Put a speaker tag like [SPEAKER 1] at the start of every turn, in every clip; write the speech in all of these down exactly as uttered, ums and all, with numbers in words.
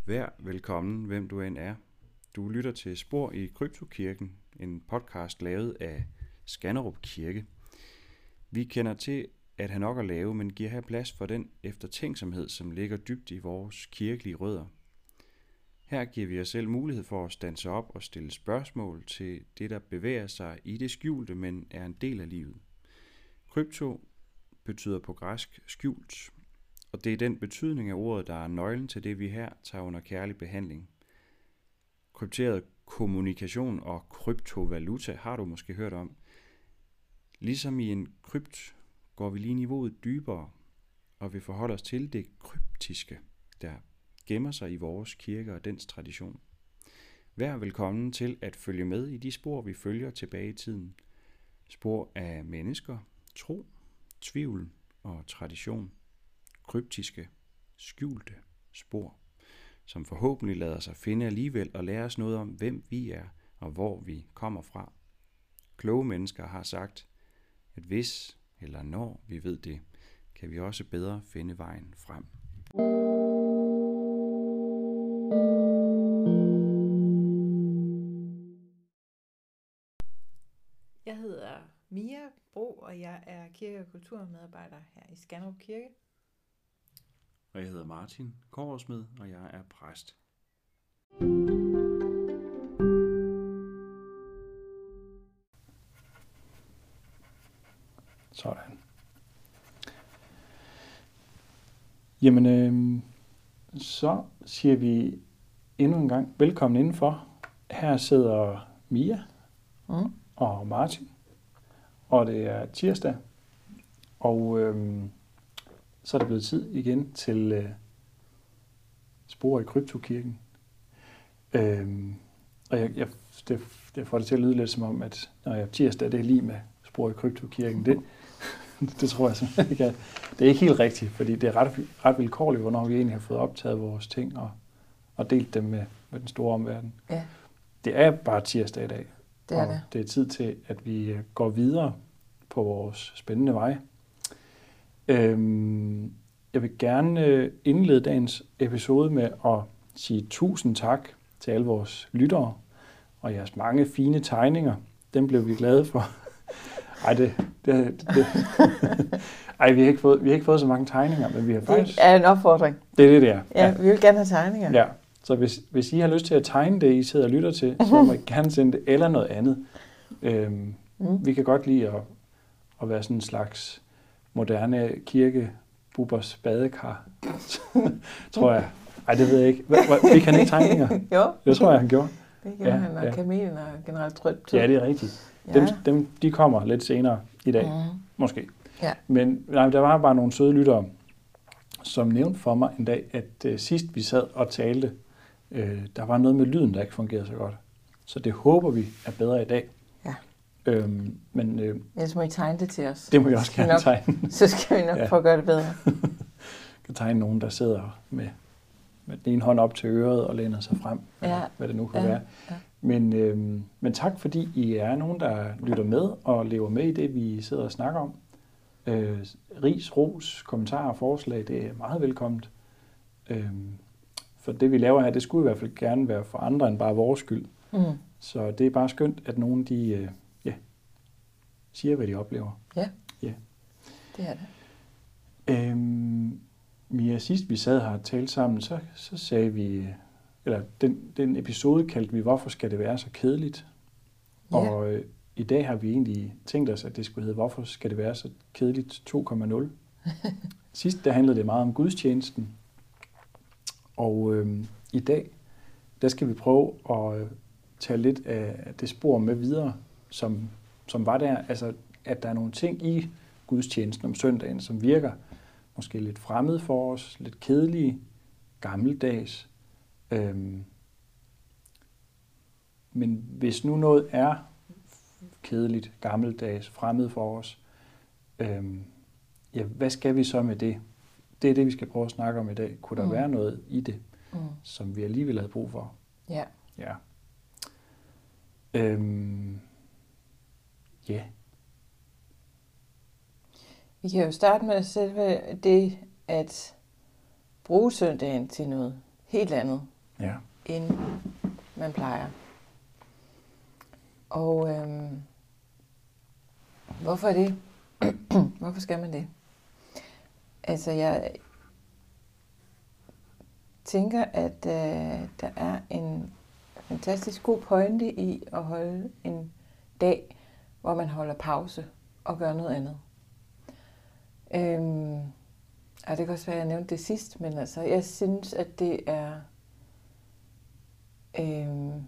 [SPEAKER 1] Vær velkommen, hvem du end er. Du lytter til Spor i Kryptokirken, en podcast lavet af Skanderup Kirke. Vi kender til at have nok at lave, men giver her plads for den eftertænksomhed, som ligger dybt i vores kirkelige rødder. Her giver vi os selv mulighed for at standse op og stille spørgsmål til det, der bevæger sig i det skjulte, men er en del af livet. Krypto betyder på græsk skjult, og det er den betydning af ordet, der er nøglen til det, vi her tager under kærlig behandling. Krypteret kommunikation og kryptovaluta har du måske hørt om. Ligesom i en krypt går vi lige niveauet dybere, og vi forholder os til det kryptiske, der gemmer sig i vores kirke og dens tradition. Vær velkommen til at følge med i de spor, vi følger tilbage i tiden. Spor af mennesker, tro, tvivl og tradition. Kryptiske, skjulte spor, som forhåbentlig lader sig finde alligevel og lære os noget om, hvem vi er og hvor vi kommer fra. Kloge mennesker har sagt, at hvis eller når vi ved det, kan vi også bedre finde vejen frem.
[SPEAKER 2] Jeg hedder Mia Bro, og jeg er kirke- og kulturmedarbejder her i Skanderup Kirke.
[SPEAKER 1] Og jeg hedder Martin Kåresmed, og jeg er præst.
[SPEAKER 3] Sådan. Jamen, øh, så siger vi endnu en gang velkommen indenfor. Her sidder Mia
[SPEAKER 2] Mm.
[SPEAKER 3] og Martin, og det er tirsdag, og øh, så er det blevet tid igen til øh, Spor i Kryptokirken. Øh, og jeg, jeg, det, det får det til at lyde lidt som om, at når jeg tirsdag, det er lige med Spor i Kryptokirken. Det, det tror jeg simpelthen ikke er. Det er ikke helt rigtigt, fordi det er ret, ret vilkårligt, hvornår vi egentlig har fået optaget vores ting og, og delt dem med, med den store omverden.
[SPEAKER 2] Ja,
[SPEAKER 3] Det er bare tirsdag i dag.
[SPEAKER 2] det er
[SPEAKER 3] og
[SPEAKER 2] det.
[SPEAKER 3] det er tid til, at vi går videre på vores spændende vej. Øhm, jeg vil gerne indlede dagens episode med at sige tusind tak til alle vores lyttere og jeres mange fine tegninger. Dem blev vi glade for. Ej, det, det, det. Ej, vi har, ikke fået, vi har ikke fået så mange tegninger, men vi har faktisk...
[SPEAKER 2] Det er en opfordring.
[SPEAKER 3] Det er det, det er.
[SPEAKER 2] Ja, vi vil gerne have tegninger.
[SPEAKER 3] Ja. Så hvis, hvis I har lyst til at tegne det, I sidder og lytter til, så må I gerne sende det, eller noget andet. Øhm,
[SPEAKER 2] Mm.
[SPEAKER 3] Vi kan godt lide at, at være sådan en slags moderne kirkebubbers badekar, tror jeg. Ej, det ved jeg ikke. Vi kan ikke tegninger.
[SPEAKER 2] Jo,
[SPEAKER 3] Det tror jeg, han gjorde.
[SPEAKER 2] det kan
[SPEAKER 3] Ja,
[SPEAKER 2] han, og
[SPEAKER 3] ja.
[SPEAKER 2] kamelen og generelt trygt.
[SPEAKER 3] Ja, det er rigtigt. Dem, dem, de kommer lidt senere i dag,
[SPEAKER 2] Mm.
[SPEAKER 3] måske.
[SPEAKER 2] Ja.
[SPEAKER 3] Men nej, der var bare nogle søde lyttere, som nævnte for mig en dag, at øh, sidst vi sad og talte, øh, der var noget med lyden, der ikke fungerede så godt. Så det håber vi er bedre i dag.
[SPEAKER 2] Ja.
[SPEAKER 3] Øhm, men øh,
[SPEAKER 2] Ellers må I tegne det til os.
[SPEAKER 3] det må jeg også
[SPEAKER 2] Så skal vi
[SPEAKER 3] gerne
[SPEAKER 2] nok,
[SPEAKER 3] tegne.
[SPEAKER 2] Så skal vi nok
[SPEAKER 3] Ja.
[SPEAKER 2] få at gøre det bedre.
[SPEAKER 3] Jeg kan tegne nogen, der sidder med, med den ene hånd op til øret og læner sig frem,
[SPEAKER 2] Ja.
[SPEAKER 3] eller hvad det nu kan
[SPEAKER 2] Ja.
[SPEAKER 3] være.
[SPEAKER 2] Ja.
[SPEAKER 3] Men, øh, men tak, fordi I er nogen, der lytter med og lever med i det, vi sidder og snakker om. Øh, ris, ros, kommentarer og forslag, det er meget velkomment. Øh, for det, vi laver her, det skulle i hvert fald gerne være for andre end bare vores skyld.
[SPEAKER 2] Mm.
[SPEAKER 3] Så det er bare skønt, at nogen de, øh, ja, siger, hvad de oplever.
[SPEAKER 2] Ja.
[SPEAKER 3] Ja.
[SPEAKER 2] Det er det.
[SPEAKER 3] Øhm, Mia, sidst vi sad her og talte sammen, så, så sagde vi, eller den, den episode kaldte vi, hvorfor skal det være så kedeligt?
[SPEAKER 2] Ja.
[SPEAKER 3] Og øh, i dag har vi egentlig tænkt os, at det skulle hedde, hvorfor skal det være så kedeligt to komma nul? Sidst der handlede det meget om gudstjenesten, og øh, i dag, der skal vi prøve at øh, tage lidt af det spor med videre, som, som var der, altså at der er nogle ting i gudstjenesten om søndagen, som virker måske lidt fremmed for os, lidt kedelige, gammeldags. Øhm, men hvis nu noget er kedeligt, gammeldags, fremmed for os, øhm, ja, hvad skal vi så med det? Det er det, vi skal prøve at snakke om i dag. Kunne der
[SPEAKER 2] Mm.
[SPEAKER 3] være noget i det,
[SPEAKER 2] Mm.
[SPEAKER 3] som vi alligevel havde brug for?
[SPEAKER 2] Ja.
[SPEAKER 3] Ja. Øhm, ja.
[SPEAKER 2] Vi kan jo starte med selve det at bruge søndagen til noget helt andet
[SPEAKER 3] ja.
[SPEAKER 2] end man plejer. Og øhm, hvorfor er det? Hvorfor skal man det? Altså, jeg tænker, at øh, der er en fantastisk god pointe i at holde en dag, hvor man holder pause og gør noget andet. Øhm, og det kan også være, at jeg nævnte det sidst, men altså, jeg synes, at det er øhm,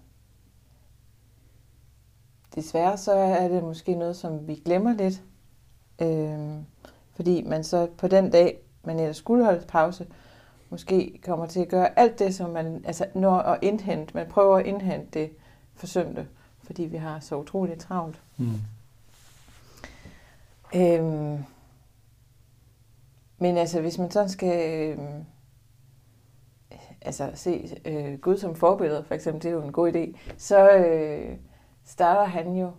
[SPEAKER 2] desværre så er det måske noget, som vi glemmer lidt, øhm, fordi man så på den dag, man ellers skulle holde pause, måske kommer til at gøre alt det, som man altså når at indhente. Man prøver at indhente det forsømte, fordi vi har så utroligt travlt.
[SPEAKER 3] Mm.
[SPEAKER 2] Øhm, men altså, hvis man sådan skal øhm, altså se øh, Gud som forbillede, for eksempel, det er jo en god idé, så øh, starter han jo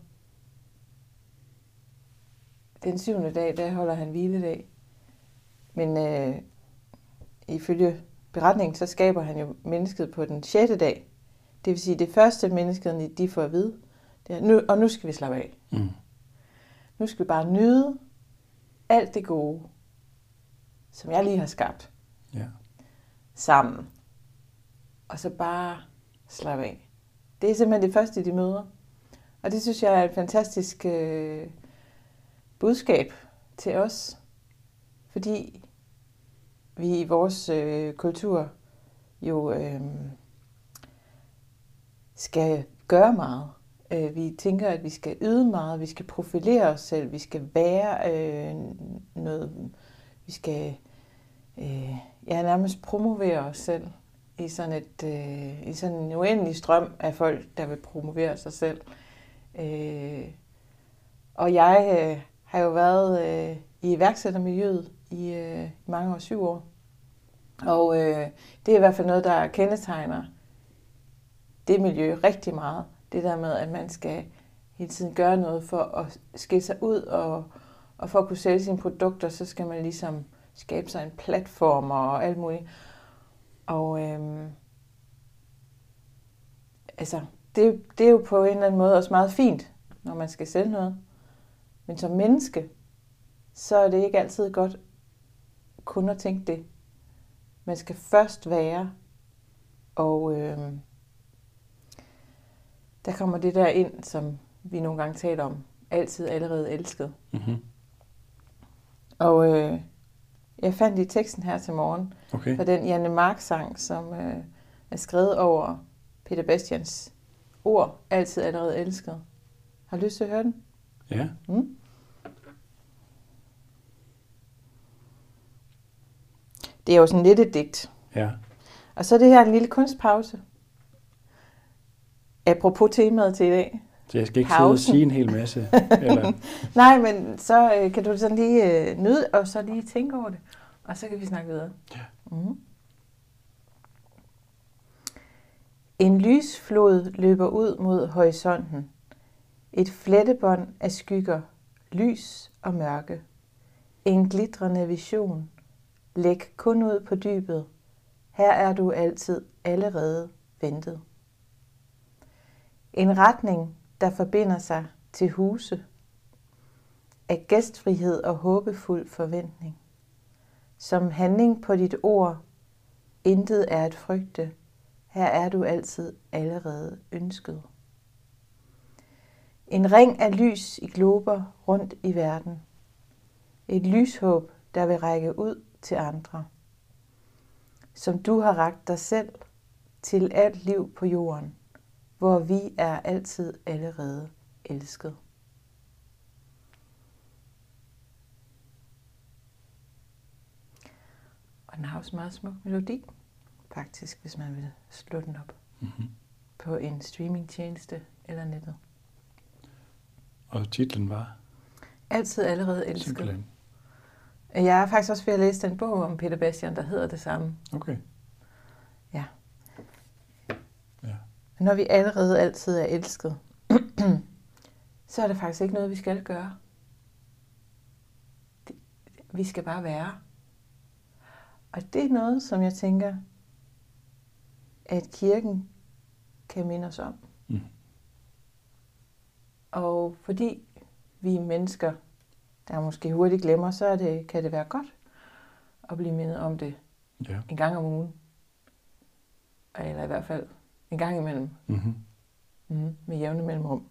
[SPEAKER 2] den syvende dag, der holder han hviledag. Men øh, ifølge beretningen, så skaber han jo mennesket på den sjette dag. Det vil sige, det første menneskerne, de får at vide, det er, nu, og nu skal vi slappe af.
[SPEAKER 3] Mm.
[SPEAKER 2] Nu skal vi bare nyde alt det gode, som jeg lige har skabt,
[SPEAKER 3] Ja.
[SPEAKER 2] sammen. Og så bare slappe af. Det er simpelthen det første, de møder. Og det synes jeg er et fantastisk øh, budskab til os. Fordi vi i vores øh, kultur jo øh, skal gøre meget. Øh, vi tænker, at vi skal yde meget, vi skal profilere os selv, vi skal være øh, noget, vi skal øh, ja, nærmest promovere os selv i sådan, et, øh, i sådan en uendelig strøm af folk, der vil promovere sig selv. Øh, og jeg øh, har jo været øh, i iværksættermiljøet i øh, mange år, syv år. Og øh, det er i hvert fald noget, der kendetegner det miljø rigtig meget. Det der med, at man skal hele tiden gøre noget for at skille sig ud, og, og for at kunne sælge sine produkter, så skal man ligesom skabe sig en platform og alt muligt. Og øh, altså, det, det er jo på en eller anden måde også meget fint, når man skal sælge noget. Men som menneske, så er det ikke altid godt kun at tænke det. Man skal først være, og øh, der kommer det der ind, som vi nogle gange taler om, altid allerede elsket.
[SPEAKER 3] Mm-hmm.
[SPEAKER 2] Og øh, jeg fandt i teksten her til morgen,
[SPEAKER 3] Okay.
[SPEAKER 2] fra den Janne Mark-sang, som øh, er skrevet over Peter Bastians ord, altid allerede elsket. Har du lyst til at høre den?
[SPEAKER 3] Ja.
[SPEAKER 2] Mm? Det er jo sådan lidt et digt.
[SPEAKER 3] Ja.
[SPEAKER 2] Og så er det her en lille kunstpause. Apropos temaet til i dag.
[SPEAKER 3] Så jeg skal ikke
[SPEAKER 2] Pausen.
[SPEAKER 3] sidde og sige en hel masse. Eller?
[SPEAKER 2] Nej, men så øh, kan du sådan lige øh, nyde, og så lige tænke over det. Og så kan vi snakke videre.
[SPEAKER 3] Ja.
[SPEAKER 2] Mm. En lysflod løber ud mod horisonten. Et flettebånd af skygger, lys og mørke. En glitrende vision. Læg kun ud på dybet. Her er du altid allerede ventet. En retning, der forbinder sig til huse. Af gæstfrihed og håbefuld forventning. Som handling på dit ord. Intet er at frygte. Her er du altid allerede ønsket. En ring af lys i glober rundt i verden. Et lyshåb, der vil række ud til andre. Som du har rakt dig selv til alt liv på jorden, hvor vi er altid allerede elsket. Og den har også meget smuk melodi, faktisk, hvis man vil slå den op
[SPEAKER 3] Mm-hmm.
[SPEAKER 2] på en streamingtjeneste eller nettet.
[SPEAKER 3] Og titlen var?
[SPEAKER 2] Altid allerede elsket.
[SPEAKER 3] Simpelthen.
[SPEAKER 2] Jeg er faktisk også ved at læse den bog om Peter Bastian, der hedder det samme.
[SPEAKER 3] Okay.
[SPEAKER 2] Ja.
[SPEAKER 3] Ja.
[SPEAKER 2] Når vi allerede altid er elsket, så er det faktisk ikke noget, vi skal gøre. Det, vi skal bare være. Og det er noget, som jeg tænker, at kirken kan minde os om.
[SPEAKER 3] Mm.
[SPEAKER 2] Og fordi vi er mennesker, der måske hurtigt glemmer, så er det, kan det være godt at blive mindet om det
[SPEAKER 3] Ja.
[SPEAKER 2] en gang om ugen. Eller i hvert fald en gang imellem.
[SPEAKER 3] Mm-hmm.
[SPEAKER 2] Mm, med jævne mellemrum.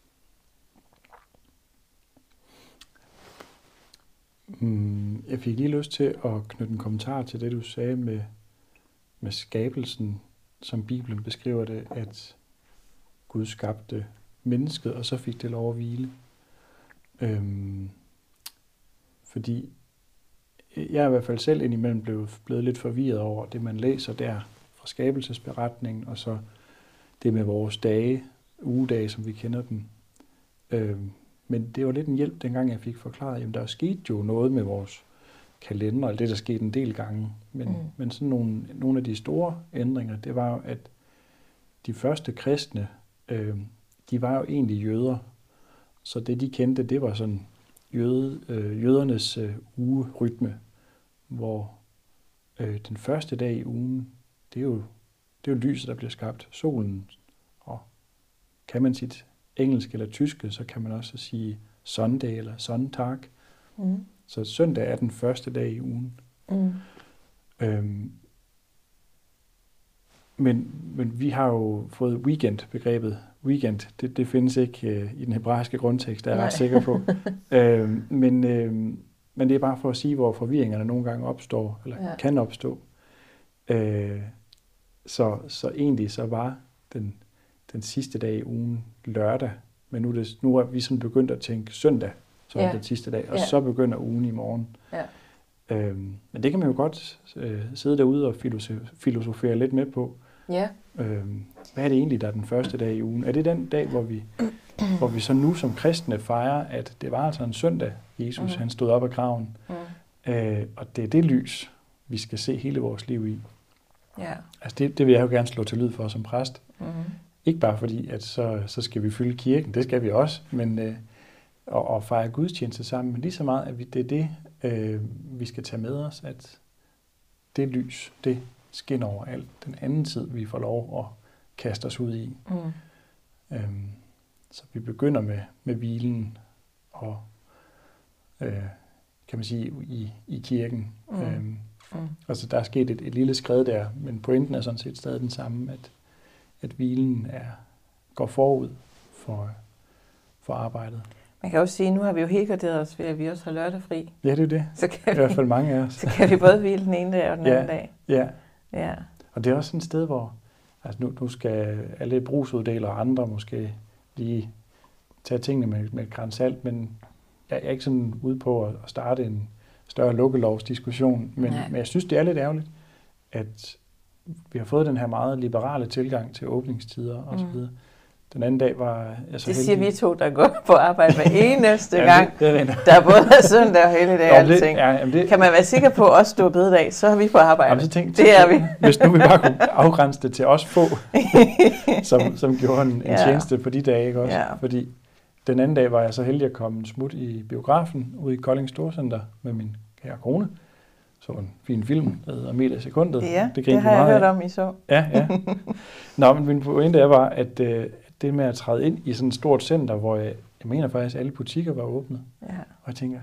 [SPEAKER 3] Mm, jeg fik lige lyst til at knytte en kommentar til det, du sagde med, med skabelsen, som Bibelen beskriver det, at Gud skabte mennesket, og så fik det lov at hvile. Øhm, fordi jeg er i hvert fald selv indimellem blevet, blevet lidt forvirret over det, man læser der fra skabelsesberetningen, og så det med vores dage, ugedage, som vi kender dem. Øhm, men det var lidt en hjælp, dengang jeg fik forklaret, jamen der skete jo noget med vores kalender, eller det der skete en del gange. Men, mm. men sådan nogle, nogle af de store ændringer, det var jo, at de første kristne, øh, de var jo egentlig jøder. Så det de kendte, det var sådan jøde, øh, jødernes øh, ugerytme, hvor øh, den første dag i ugen, det er jo, det er jo lyset, der bliver skabt, solen. Og kan man sit engelsk eller tyske, så kan man også sige Sunday eller Sonntag. Mm. Så søndag er den første dag i ugen. Mm. Øhm, men, men vi har jo fået weekend-begrebet. Weekend, det, det findes ikke øh, i den hebraiske grundtekst, der er jeg ret sikker på. øhm, men, øhm, men det er bare for at sige, hvor forvirringerne nogle gange opstår, eller ja. kan opstå. Øh, så, så egentlig så var den, den sidste dag i ugen lørdag, men nu er, det, nu er vi sådan begyndt at tænke søndag, som ja. den sidste dag, og ja. så begynder ugen i morgen. Ja. Øhm, men det kan man jo godt øh, sidde derude og filosof- filosofere lidt med på. Ja. Øhm, hvad er det egentlig, der er den første dag i ugen? Er det den dag, hvor vi, hvor vi så nu som kristne fejrer, at det var altså en søndag, Jesus mm. han stod op af graven, mm. øh, og det er det lys, vi skal se hele vores liv i. Ja. Altså det, det vil jeg jo gerne slå til lyd for som præst. Mm. Ikke bare fordi, at så, så skal vi fylde kirken, det skal vi også, men øh, og, og fejre gudstjeneste sammen, men lige så meget, at vi, det er det, øh, vi skal tage med os, at det lys, det skinner over alt. Den anden tid, vi får lov at kaste os ud i. Mm. Øhm, så vi begynder med, med hvilen og, øh, kan man sige, i, i kirken. Mm. Øhm, mm. Altså, der er sket et, et lille skred der, men pointen er sådan set stadig den samme, at, at hvilen er, går forud for, for arbejdet.
[SPEAKER 2] Man kan også sige, at nu har vi jo helgarderet os ved, at vi også har lørdag fri.
[SPEAKER 3] Ja, det er det.
[SPEAKER 2] Så kan
[SPEAKER 3] I hvert fald mange af os.
[SPEAKER 2] Så kan vi både hvile den ene dag og den
[SPEAKER 3] ja,
[SPEAKER 2] anden dag.
[SPEAKER 3] Ja.
[SPEAKER 2] Ja.
[SPEAKER 3] Og det er også sådan et sted, hvor altså nu, nu skal alle brugsuddelere og andre måske lige tage tingene med, med et gran salt, men jeg er ikke sådan ude på at starte en større lukkelovsdiskussion, men, men jeg synes, det er lidt ærgerligt, at vi har fået den her meget liberale tilgang til åbningstider og så videre. Mm. Den anden dag var jeg så
[SPEAKER 2] det
[SPEAKER 3] heldig.
[SPEAKER 2] siger vi to, der går på arbejde hver eneste
[SPEAKER 3] ja,
[SPEAKER 2] gang.
[SPEAKER 3] Det, det
[SPEAKER 2] der er både søndag og helligdag og alting.
[SPEAKER 3] Ja, det,
[SPEAKER 2] kan man være sikker på, at os stå bededag, så er vi på arbejde.
[SPEAKER 3] Jamen, så tænk,
[SPEAKER 2] det er vi.
[SPEAKER 3] Hvis nu vi bare kunne afgrænse det til os få, som, som gjorde en, en ja. tjeneste på de dage, ikke også? Ja. Fordi den anden dag var jeg så heldig at komme smut i biografen ude i Kolding Storcenter med min kære kone. Så en fin film, der hedder Amelia Sekundet.
[SPEAKER 2] Ja, det, det har jeg hørt
[SPEAKER 3] af.
[SPEAKER 2] om, I så.
[SPEAKER 3] Ja, ja. Nå, men min pointe er var, at øh, det med at træde ind i sådan et stort center, hvor jeg, jeg mener faktisk, at alle butikker var åbne. Ja. Og jeg tænker,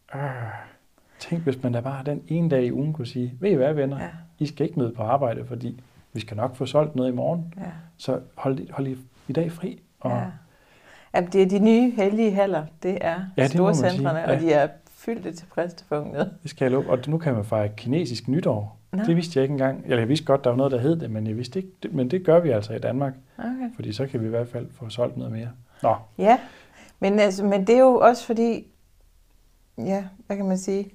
[SPEAKER 3] tænk hvis man da bare den ene dag i ugen kunne sige, ved I hvad, venner, ja. I skal ikke møde på arbejde, fordi vi skal nok få solgt noget i morgen. Ja. Så hold, hold I, i dag fri. Og
[SPEAKER 2] ja. Jamen, det er de nye hellige haller, det er ja, store centrene, ja. Og de er fyldte til præstepunktet.
[SPEAKER 3] Det skal jeg love. Og nu kan man fejre kinesisk nytår. Nå. Det vidste jeg ikke engang. Eller jeg vidste godt, der var noget, der hed det, men jeg vidste ikke. Men det gør vi altså i Danmark. Okay. Fordi så kan vi i hvert fald få solgt noget mere. Nå.
[SPEAKER 2] Ja, men, altså, men det er jo også fordi, ja, hvad kan man sige?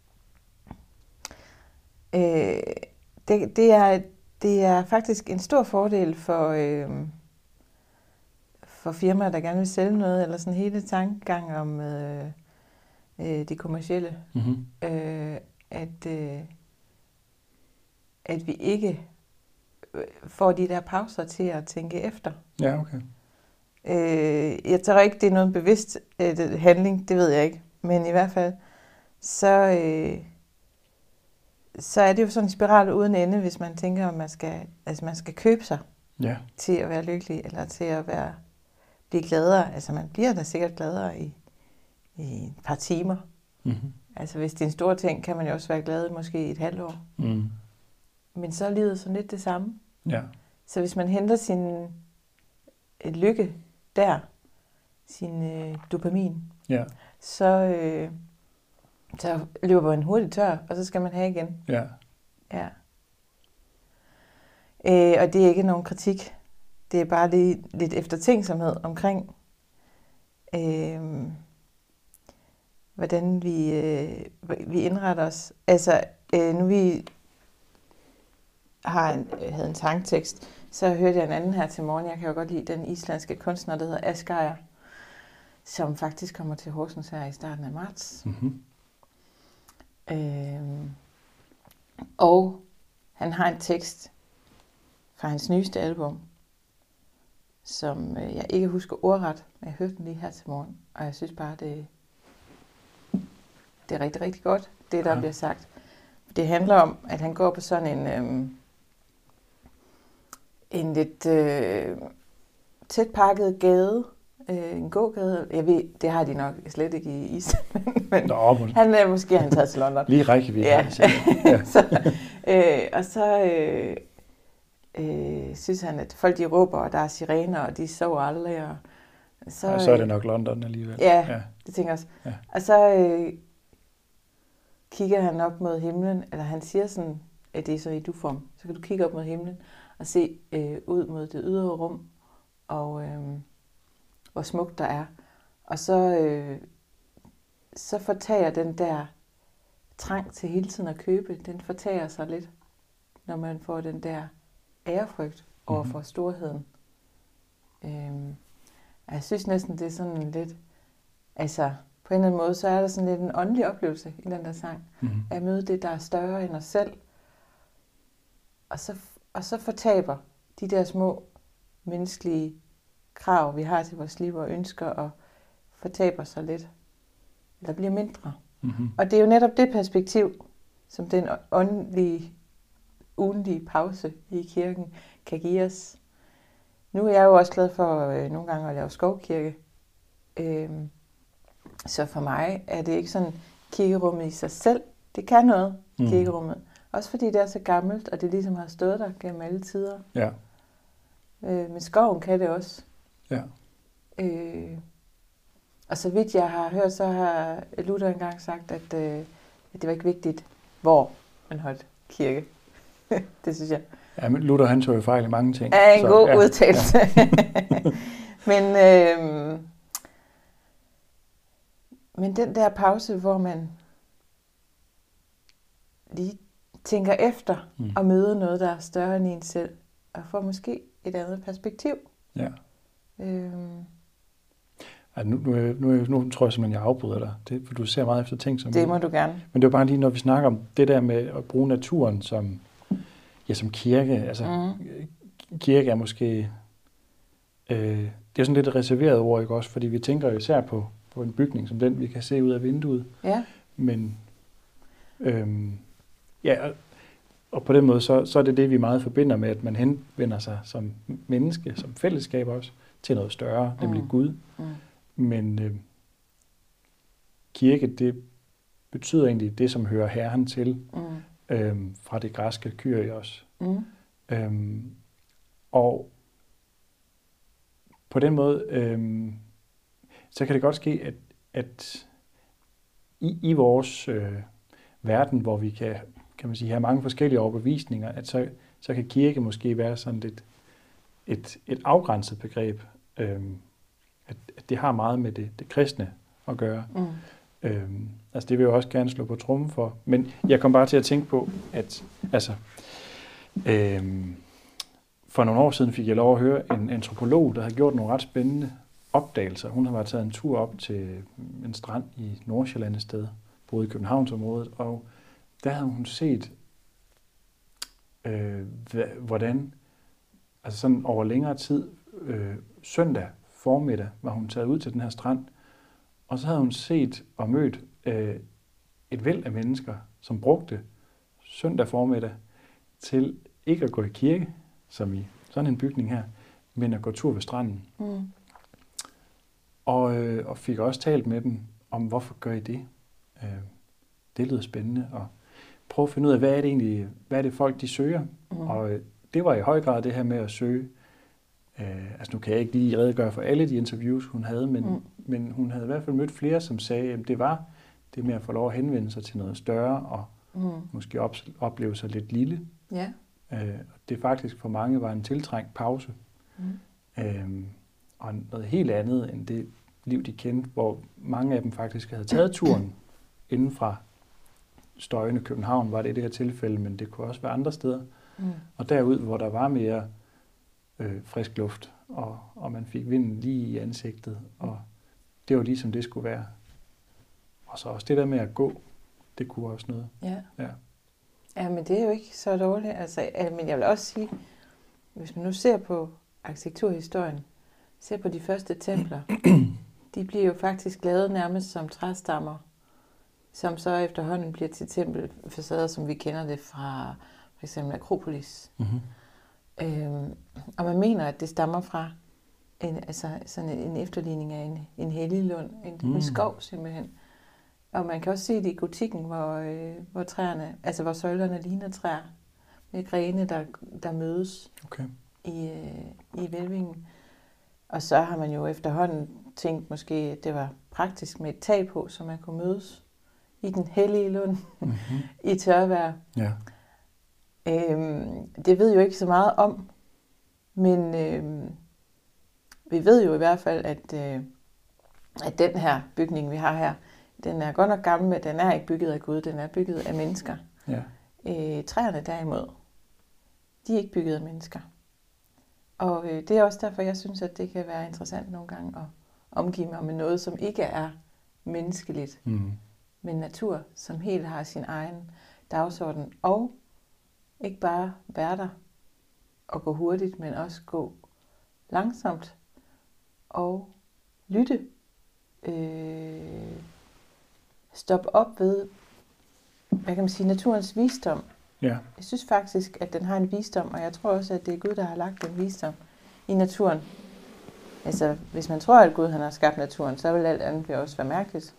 [SPEAKER 2] Øh, det, det, er, det er faktisk en stor fordel for, øh, for firmaer, der gerne vil sælge noget, eller sådan hele tankegang om øh, øh, de kommercielle, mm-hmm. øh, at, øh, at vi ikke får de der pauser til at tænke efter.
[SPEAKER 3] Ja, okay.
[SPEAKER 2] Øh, jeg tror ikke, det er noget bevidst øh, handling, det ved jeg ikke. Men i hvert fald, så, øh, så er det jo sådan en spiral uden ende, hvis man tænker, at man skal, altså man skal købe sig
[SPEAKER 3] Ja.
[SPEAKER 2] til at være lykkelig, eller til at være, blive gladere. Altså man bliver da sikkert gladere i, i et par timer.
[SPEAKER 3] Mm-hmm.
[SPEAKER 2] Altså hvis det er en stor ting, kan man jo også være glad måske i et halvt år.
[SPEAKER 3] Mm.
[SPEAKER 2] Men så er livet sådan lidt det samme.
[SPEAKER 3] Ja.
[SPEAKER 2] Så hvis man henter sin øh, lykke der, sin øh, dopamin,
[SPEAKER 3] Ja.
[SPEAKER 2] så, øh, så løber man hurtigt tør, og så skal man have igen.
[SPEAKER 3] Ja.
[SPEAKER 2] Ja. Øh, og det er ikke nogen kritik. Det er bare lige lidt eftertænksomhed omkring, øh, hvordan vi, øh, vi indretter os. Altså, øh, nu vi har en, øh, havde en sangtekst, så hørte jeg en anden her til morgen. Jeg kan jo godt lide den islandske kunstner, der hedder Asgeir, som faktisk kommer til Horsens her i starten af marts.
[SPEAKER 3] Mm-hmm.
[SPEAKER 2] Øh, og han har en tekst fra hans nyeste album, som øh, jeg ikke husker ordret, men jeg hørte den lige her til morgen, og jeg synes bare, det, det er rigtig, rigtig godt, det der ja. bliver sagt. Det handler om, at han går på sådan en, øh, en lidt øh, tæt pakket gade, øh, en gågade. Jeg ved, det har de nok slet ikke i Island, men
[SPEAKER 3] Nå, men...
[SPEAKER 2] han er måske har han taget til London.
[SPEAKER 3] Lige rækkevidde.
[SPEAKER 2] Ja.
[SPEAKER 3] Ja.
[SPEAKER 2] så, øh, og så øh, øh, synes han, at folk de råber, og der er sirener, og de sover aldrig. Og så,
[SPEAKER 3] og så er det nok London alligevel.
[SPEAKER 2] Ja, ja. det tænker jeg også.
[SPEAKER 3] Ja.
[SPEAKER 2] Og så øh, kigger han op mod himlen, eller han siger sådan, at det er så i du-form. Så kan du kigge op mod himlen og se øh, ud mod det ydre rum, og øh, hvor smukt der er. Og så, øh, så fortager den der trang til hele tiden at købe, den fortager sig lidt, når man får den der ærefrygt over for storheden. Øhm, jeg synes næsten, det er sådan lidt, altså på en eller anden måde, så er der sådan lidt en åndelig oplevelse i den der sang,
[SPEAKER 3] mm-hmm.
[SPEAKER 2] at møde det, der er større end os selv, og så, og så fortaber de der små menneskelige krav, vi har til vores liv og ønsker, og fortaber sig lidt, eller bliver mindre.
[SPEAKER 3] Mm-hmm.
[SPEAKER 2] Og det er jo netop det perspektiv, som den åndelige, ugentlige pause i kirken kan give os. Nu er jeg jo også glad for øh, nogle gange at lave skovkirke. Øhm, så for mig er det ikke sådan kirkerummet i sig selv. Det kan noget, mm. kirkerummet. Også fordi det er så gammelt, og det ligesom har stået der gennem alle tider.
[SPEAKER 3] Ja.
[SPEAKER 2] Øh, men skoven kan det også.
[SPEAKER 3] Ja.
[SPEAKER 2] Øh, og så vidt jeg har hørt, så har Luther engang sagt, at, øh, at det var ikke vigtigt, hvor man holdt kirke. Det synes jeg.
[SPEAKER 3] Ja, men Luther han tog jo fejl i mange ting.
[SPEAKER 2] Er en så, god
[SPEAKER 3] ja.
[SPEAKER 2] udtalelse. Ja. men, øh, men den der pause, hvor man lige tænker efter mm. og møder noget, der er større end en selv, og får måske et andet perspektiv.
[SPEAKER 3] Ja.
[SPEAKER 2] Øh,
[SPEAKER 3] Ja, nu, nu, nu, nu tror jeg simpelthen, jeg afbryder dig, det, for du ser meget efter ting som...
[SPEAKER 2] Det må du gerne.
[SPEAKER 3] Men det var bare lige, når vi snakker om det der med at bruge naturen som, ja, som kirke. Altså, mm. kirke er måske... Øh, det er sådan lidt et reserveret ord, ikke også? Fordi vi tænker jo især på, på en bygning som den, vi kan se ud af vinduet.
[SPEAKER 2] Ja.
[SPEAKER 3] Men... Øh, ja, og på den måde, så, så er det det, vi meget forbinder med, at man henvender sig som menneske, som fællesskab også, til noget større, mm. nemlig Gud. Mm. Men øh, kirke, det betyder egentlig det, som hører Herren til, mm. øh, fra det græske kyrios. Mm. Øh, og på den måde, øh, så kan det godt ske, at, at i, i vores øh, verden, hvor vi kan, kan man sige, have mange forskellige overbevisninger, at så, så kan kirke måske være sådan lidt et, et afgrænset begreb, øh, At, at det har meget med det, det kristne at gøre. Mm. Øhm, altså det vil jeg også gerne slå på trommen for. Men jeg kom bare til at tænke på, at altså, øhm, for nogle år siden fik jeg lov at høre en antropolog, der havde gjort nogle ret spændende opdagelser. Hun har været taget en tur op til en strand i Nordsjælland et sted, boede i Københavnsområdet, og der havde hun set, øh, hvordan altså sådan over længere tid, øh, søndag formiddag, var hun taget ud til den her strand, og så havde hun set og mødt øh, et væld af mennesker, som brugte søndag formiddag til ikke at gå i kirke, som i sådan en bygning her, men at gå tur ved stranden.
[SPEAKER 2] Mm.
[SPEAKER 3] Og, øh, og fik også talt med dem om, hvorfor gør I det? Øh, det lyder spændende, og prøve at finde ud af, hvad er det egentlig, hvad er det folk, de søger? Mm. Og øh, det var i høj grad det her med at søge. Øh, altså nu kan jeg ikke lige redegøre for alle de interviews, hun havde, men, mm. men hun havde i hvert fald mødt flere, som sagde, at det var det med at få lov at henvende sig til noget større, og mm. måske op, opleve sig lidt lille.
[SPEAKER 2] Ja.
[SPEAKER 3] Øh, det faktisk for mange var en tiltrængt pause.
[SPEAKER 2] Mm.
[SPEAKER 3] Øh, og noget helt andet end det liv, de kendte, hvor mange af dem faktisk havde taget turen inden fra støjende København, var det i det her tilfælde, men det kunne også være andre steder. Mm. Og derud, hvor der var mere øh, frisk luft, og, og man fik vinden lige i ansigtet, og det var ligesom det skulle være. Og så også det der med at gå, det kunne også noget.
[SPEAKER 2] Ja.
[SPEAKER 3] Ja.
[SPEAKER 2] Ja, men det er jo ikke så dårligt. Altså, men jeg vil også sige, hvis man nu ser på arkitekturhistorien, ser på de første templer, de bliver jo faktisk lavet nærmest som træstammer, som så efterhånden bliver til tempelfacader, som vi kender det fra for eksempel Akropolis. Mm-hmm. Øhm, og man mener, at det stammer fra en, altså sådan en efterligning af en, en helliglund, en, mm. en skov simpelthen. Og man kan også se det i gotikken, hvor, øh, hvor træerne, altså hvor søjlerne ligner træer, med grene, der, der mødes
[SPEAKER 3] okay.
[SPEAKER 2] i, øh, i hvælvingen. Og så har man jo efterhånden tænkt måske, at det var praktisk med et tag på, så man kunne mødes i den hellige lund mm-hmm. i tørvejr.
[SPEAKER 3] Ja.
[SPEAKER 2] Øhm, det ved jo ikke så meget om, men øhm, vi ved jo i hvert fald, at, øh, at den her bygning, vi har her, den er godt nok gammel, men den er ikke bygget af Gud, den er bygget af mennesker.
[SPEAKER 3] Ja.
[SPEAKER 2] Øh, træerne derimod, de er ikke bygget af mennesker. Og øh, det er også derfor, jeg synes, at det kan være interessant nogle gange at omgive mig med noget, som ikke er menneskeligt, mm. men natur, som helt har sin egen dagsorden. Og ikke bare være der og gå hurtigt, men også gå langsomt og lytte. Øh, stop op ved, hvad kan man sige, naturens visdom.
[SPEAKER 3] Ja.
[SPEAKER 2] Jeg synes faktisk, at den har en visdom, og jeg tror også, at det er Gud, der har lagt den visdom i naturen. Altså, hvis man tror, at Gud han har skabt naturen, så vil alt andet også være mærkeligt.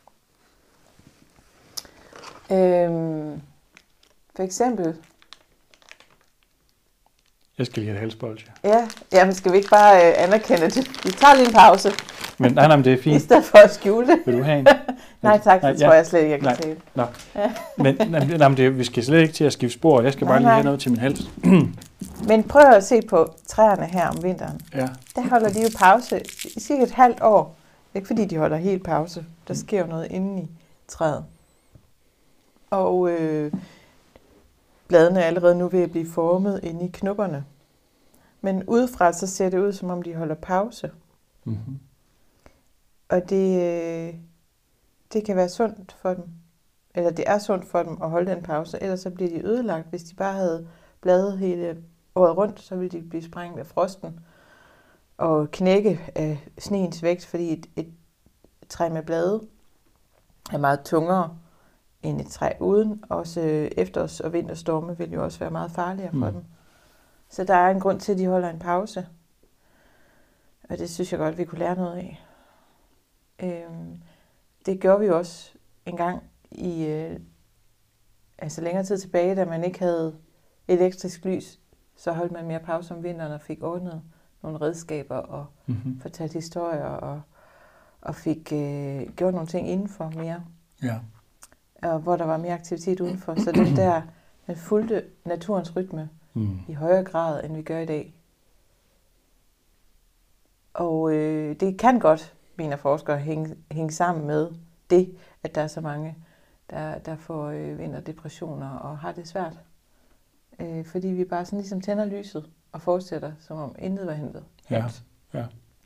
[SPEAKER 2] Øhm, for eksempel...
[SPEAKER 3] Jeg skal lige have et halsbolge.
[SPEAKER 2] Ja, jamen skal vi ikke bare øh, anerkende det? Vi tager lige en pause.
[SPEAKER 3] Men nej, nej, men det er fint.
[SPEAKER 2] I stedet for at skjule det.
[SPEAKER 3] Vil du have en?
[SPEAKER 2] Nej tak, det nej, tror ja. jeg slet ikke, jeg kan
[SPEAKER 3] nej.
[SPEAKER 2] tage.
[SPEAKER 3] Nå. Men nej, nej, men det, vi skal slet ikke til at skifte spor. Jeg skal nej, bare lige nej. have noget til min hals.
[SPEAKER 2] Men prøv at se på træerne her om vinteren.
[SPEAKER 3] Ja.
[SPEAKER 2] Der holder de jo pause i cirka et halvt år. Ikke fordi de holder helt pause. Der sker jo noget inde i træet. Og øh, bladene er allerede nu ved at blive formet inde i knopperne. Men udefra så ser det ud, som om de holder pause. Mm-hmm. Og det, øh, det kan være sundt for dem. Eller det er sundt for dem at holde den pause. Ellers så bliver de ødelagt. Hvis de bare havde blade hele året rundt, så ville de blive sprængt af frosten. Og knække af sneens vægt, fordi et, et træ med blade er meget tungere end et træ uden. Også efterårs- og vinterstorme vil jo også være meget farligere for mm. dem. Så der er en grund til, at de holder en pause. Og det synes jeg godt, vi kunne lære noget af. Øhm, det gjorde vi også en gang i øh, altså længere tid tilbage, da man ikke havde elektrisk lys, så holdt man mere pause om vinteren og fik ordnet nogle redskaber og mm-hmm. fortalt historier og, og fik øh, gjort nogle ting indenfor mere.
[SPEAKER 3] Ja.
[SPEAKER 2] Og hvor der var mere aktivitet udenfor. Så den der, man fulgte naturens rytme mm. i højere grad, end vi gør i dag. Og øh, det kan godt, mener forskere, hænge, hænge sammen med det, at der er så mange, der, der får øh, vinterdepressioner og har det svært. Øh, fordi vi bare sådan ligesom tænder lyset og fortsætter, som om intet var hentet.
[SPEAKER 3] Ja, ja.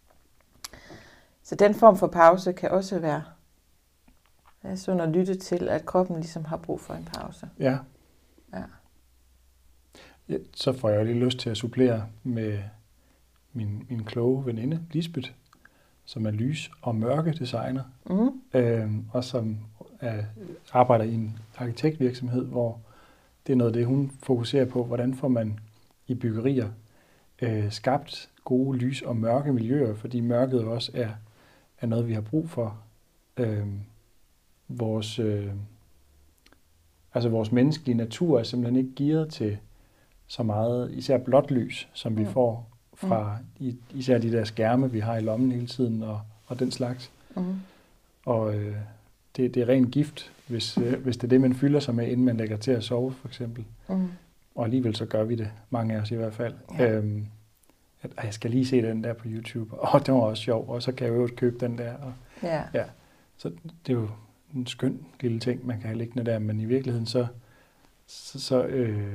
[SPEAKER 2] Så den form for pause kan også være ja, sådan at lytte til, at kroppen ligesom har brug for en pause.
[SPEAKER 3] Ja.
[SPEAKER 2] Ja.
[SPEAKER 3] Ja, så får jeg lige lyst til at supplere med min, min kloge veninde, Lisbeth, som er lys- og mørkedesigner, mm. øhm, og som er, arbejder i en arkitektvirksomhed, hvor det er noget af det, hun fokuserer på. Hvordan får man i byggerier øh, skabt gode lys- og mørke miljøer, fordi mørket også er, er noget, vi har brug for. Øh, vores, øh, altså vores menneskelige natur er simpelthen ikke gearet til så meget, især blåt lys, som vi mm. får fra mm. i, især de der skærme, vi har i lommen hele tiden, og, og den slags. Mm. Og øh, det, det er ren gift, hvis, øh, hvis det er det, man fylder sig med, inden man lægger til at sove, for eksempel. Mm. Og alligevel så gør vi det, mange af os i hvert fald. Ja. Øhm, at, jeg skal lige se den der på YouTube, og det var også sjov, og så kan jeg jo købe den der. Og,
[SPEAKER 2] ja.
[SPEAKER 3] Ja. Så det er jo en skøn lille ting, man kan have liggende der, men i virkeligheden så, så, så øh,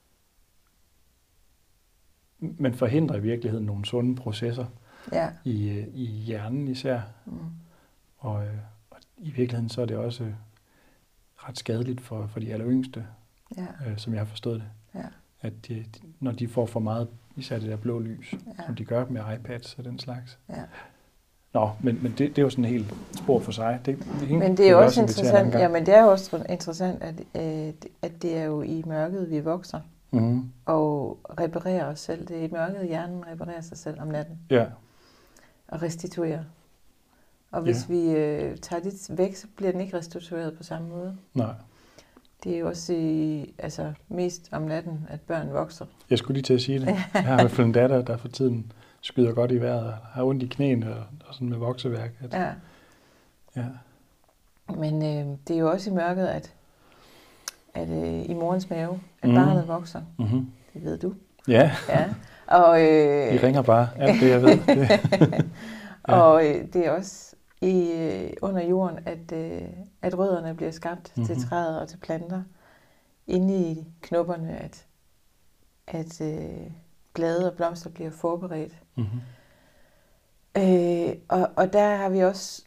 [SPEAKER 3] man forhindrer i virkeligheden nogle sunde processer
[SPEAKER 2] ja.
[SPEAKER 3] i, i hjernen især. Mm. Og, øh, og i virkeligheden så er det også ret skadeligt for, for de aller yngste, ja. øh, som jeg har forstået det. Ja. At de, de, når de får for meget, især det der blå lys, ja. Som de gør med iPads og den slags.
[SPEAKER 2] Ja.
[SPEAKER 3] Nå, men, men det, det er jo sådan en helt spor for sig. Det, det,
[SPEAKER 2] men det er jo også interessant, ja, men det er jo også interessant, at, øh, at det er jo i mørket, vi vokser. Mm-hmm. Og reparerer os selv. Det er i mørket, hjernen reparerer sig selv om natten.
[SPEAKER 3] Ja.
[SPEAKER 2] Og restituerer. Og hvis ja. vi øh, tager det væk, så bliver den ikke restitueret på samme måde.
[SPEAKER 3] Nej.
[SPEAKER 2] Det er jo også i, altså, mest om natten, at børn vokser.
[SPEAKER 3] Jeg skulle lige til at sige det. Jeg har i hvert fald en datter, der for tiden skyder godt i vejret, og har ondt i knæene og, og sådan med vokseværk. At,
[SPEAKER 2] ja.
[SPEAKER 3] ja.
[SPEAKER 2] Men øh, det er jo også i mørket, at, at øh, i morens mave, at mm. barnet vokser. Mm-hmm. Det ved du.
[SPEAKER 3] Ja.
[SPEAKER 2] ja. Og, øh,
[SPEAKER 3] I ringer bare alt det, jeg ved. Det.
[SPEAKER 2] ja. Og øh, det er også i, øh, under jorden, at, øh, at rødderne bliver skabt mm-hmm. til træet og til planter. Inde i knopperne, at, at øh, blade og blomster bliver forberedt. Mm-hmm. Øh, og, og der har vi også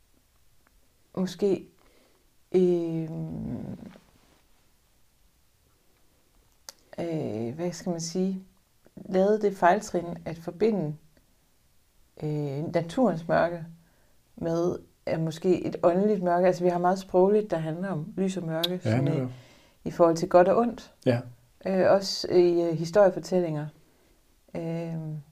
[SPEAKER 2] måske øh, øh, hvad skal man sige, lavet det fejltrin at forbinde øh, naturens mørke med øh, måske et åndeligt mørke. Altså vi har meget sprogligt, der handler om lys og mørke,
[SPEAKER 3] ja,
[SPEAKER 2] i, i forhold til godt og ondt.
[SPEAKER 3] Ja.
[SPEAKER 2] Øh, også i øh, historiefortællinger. Øh,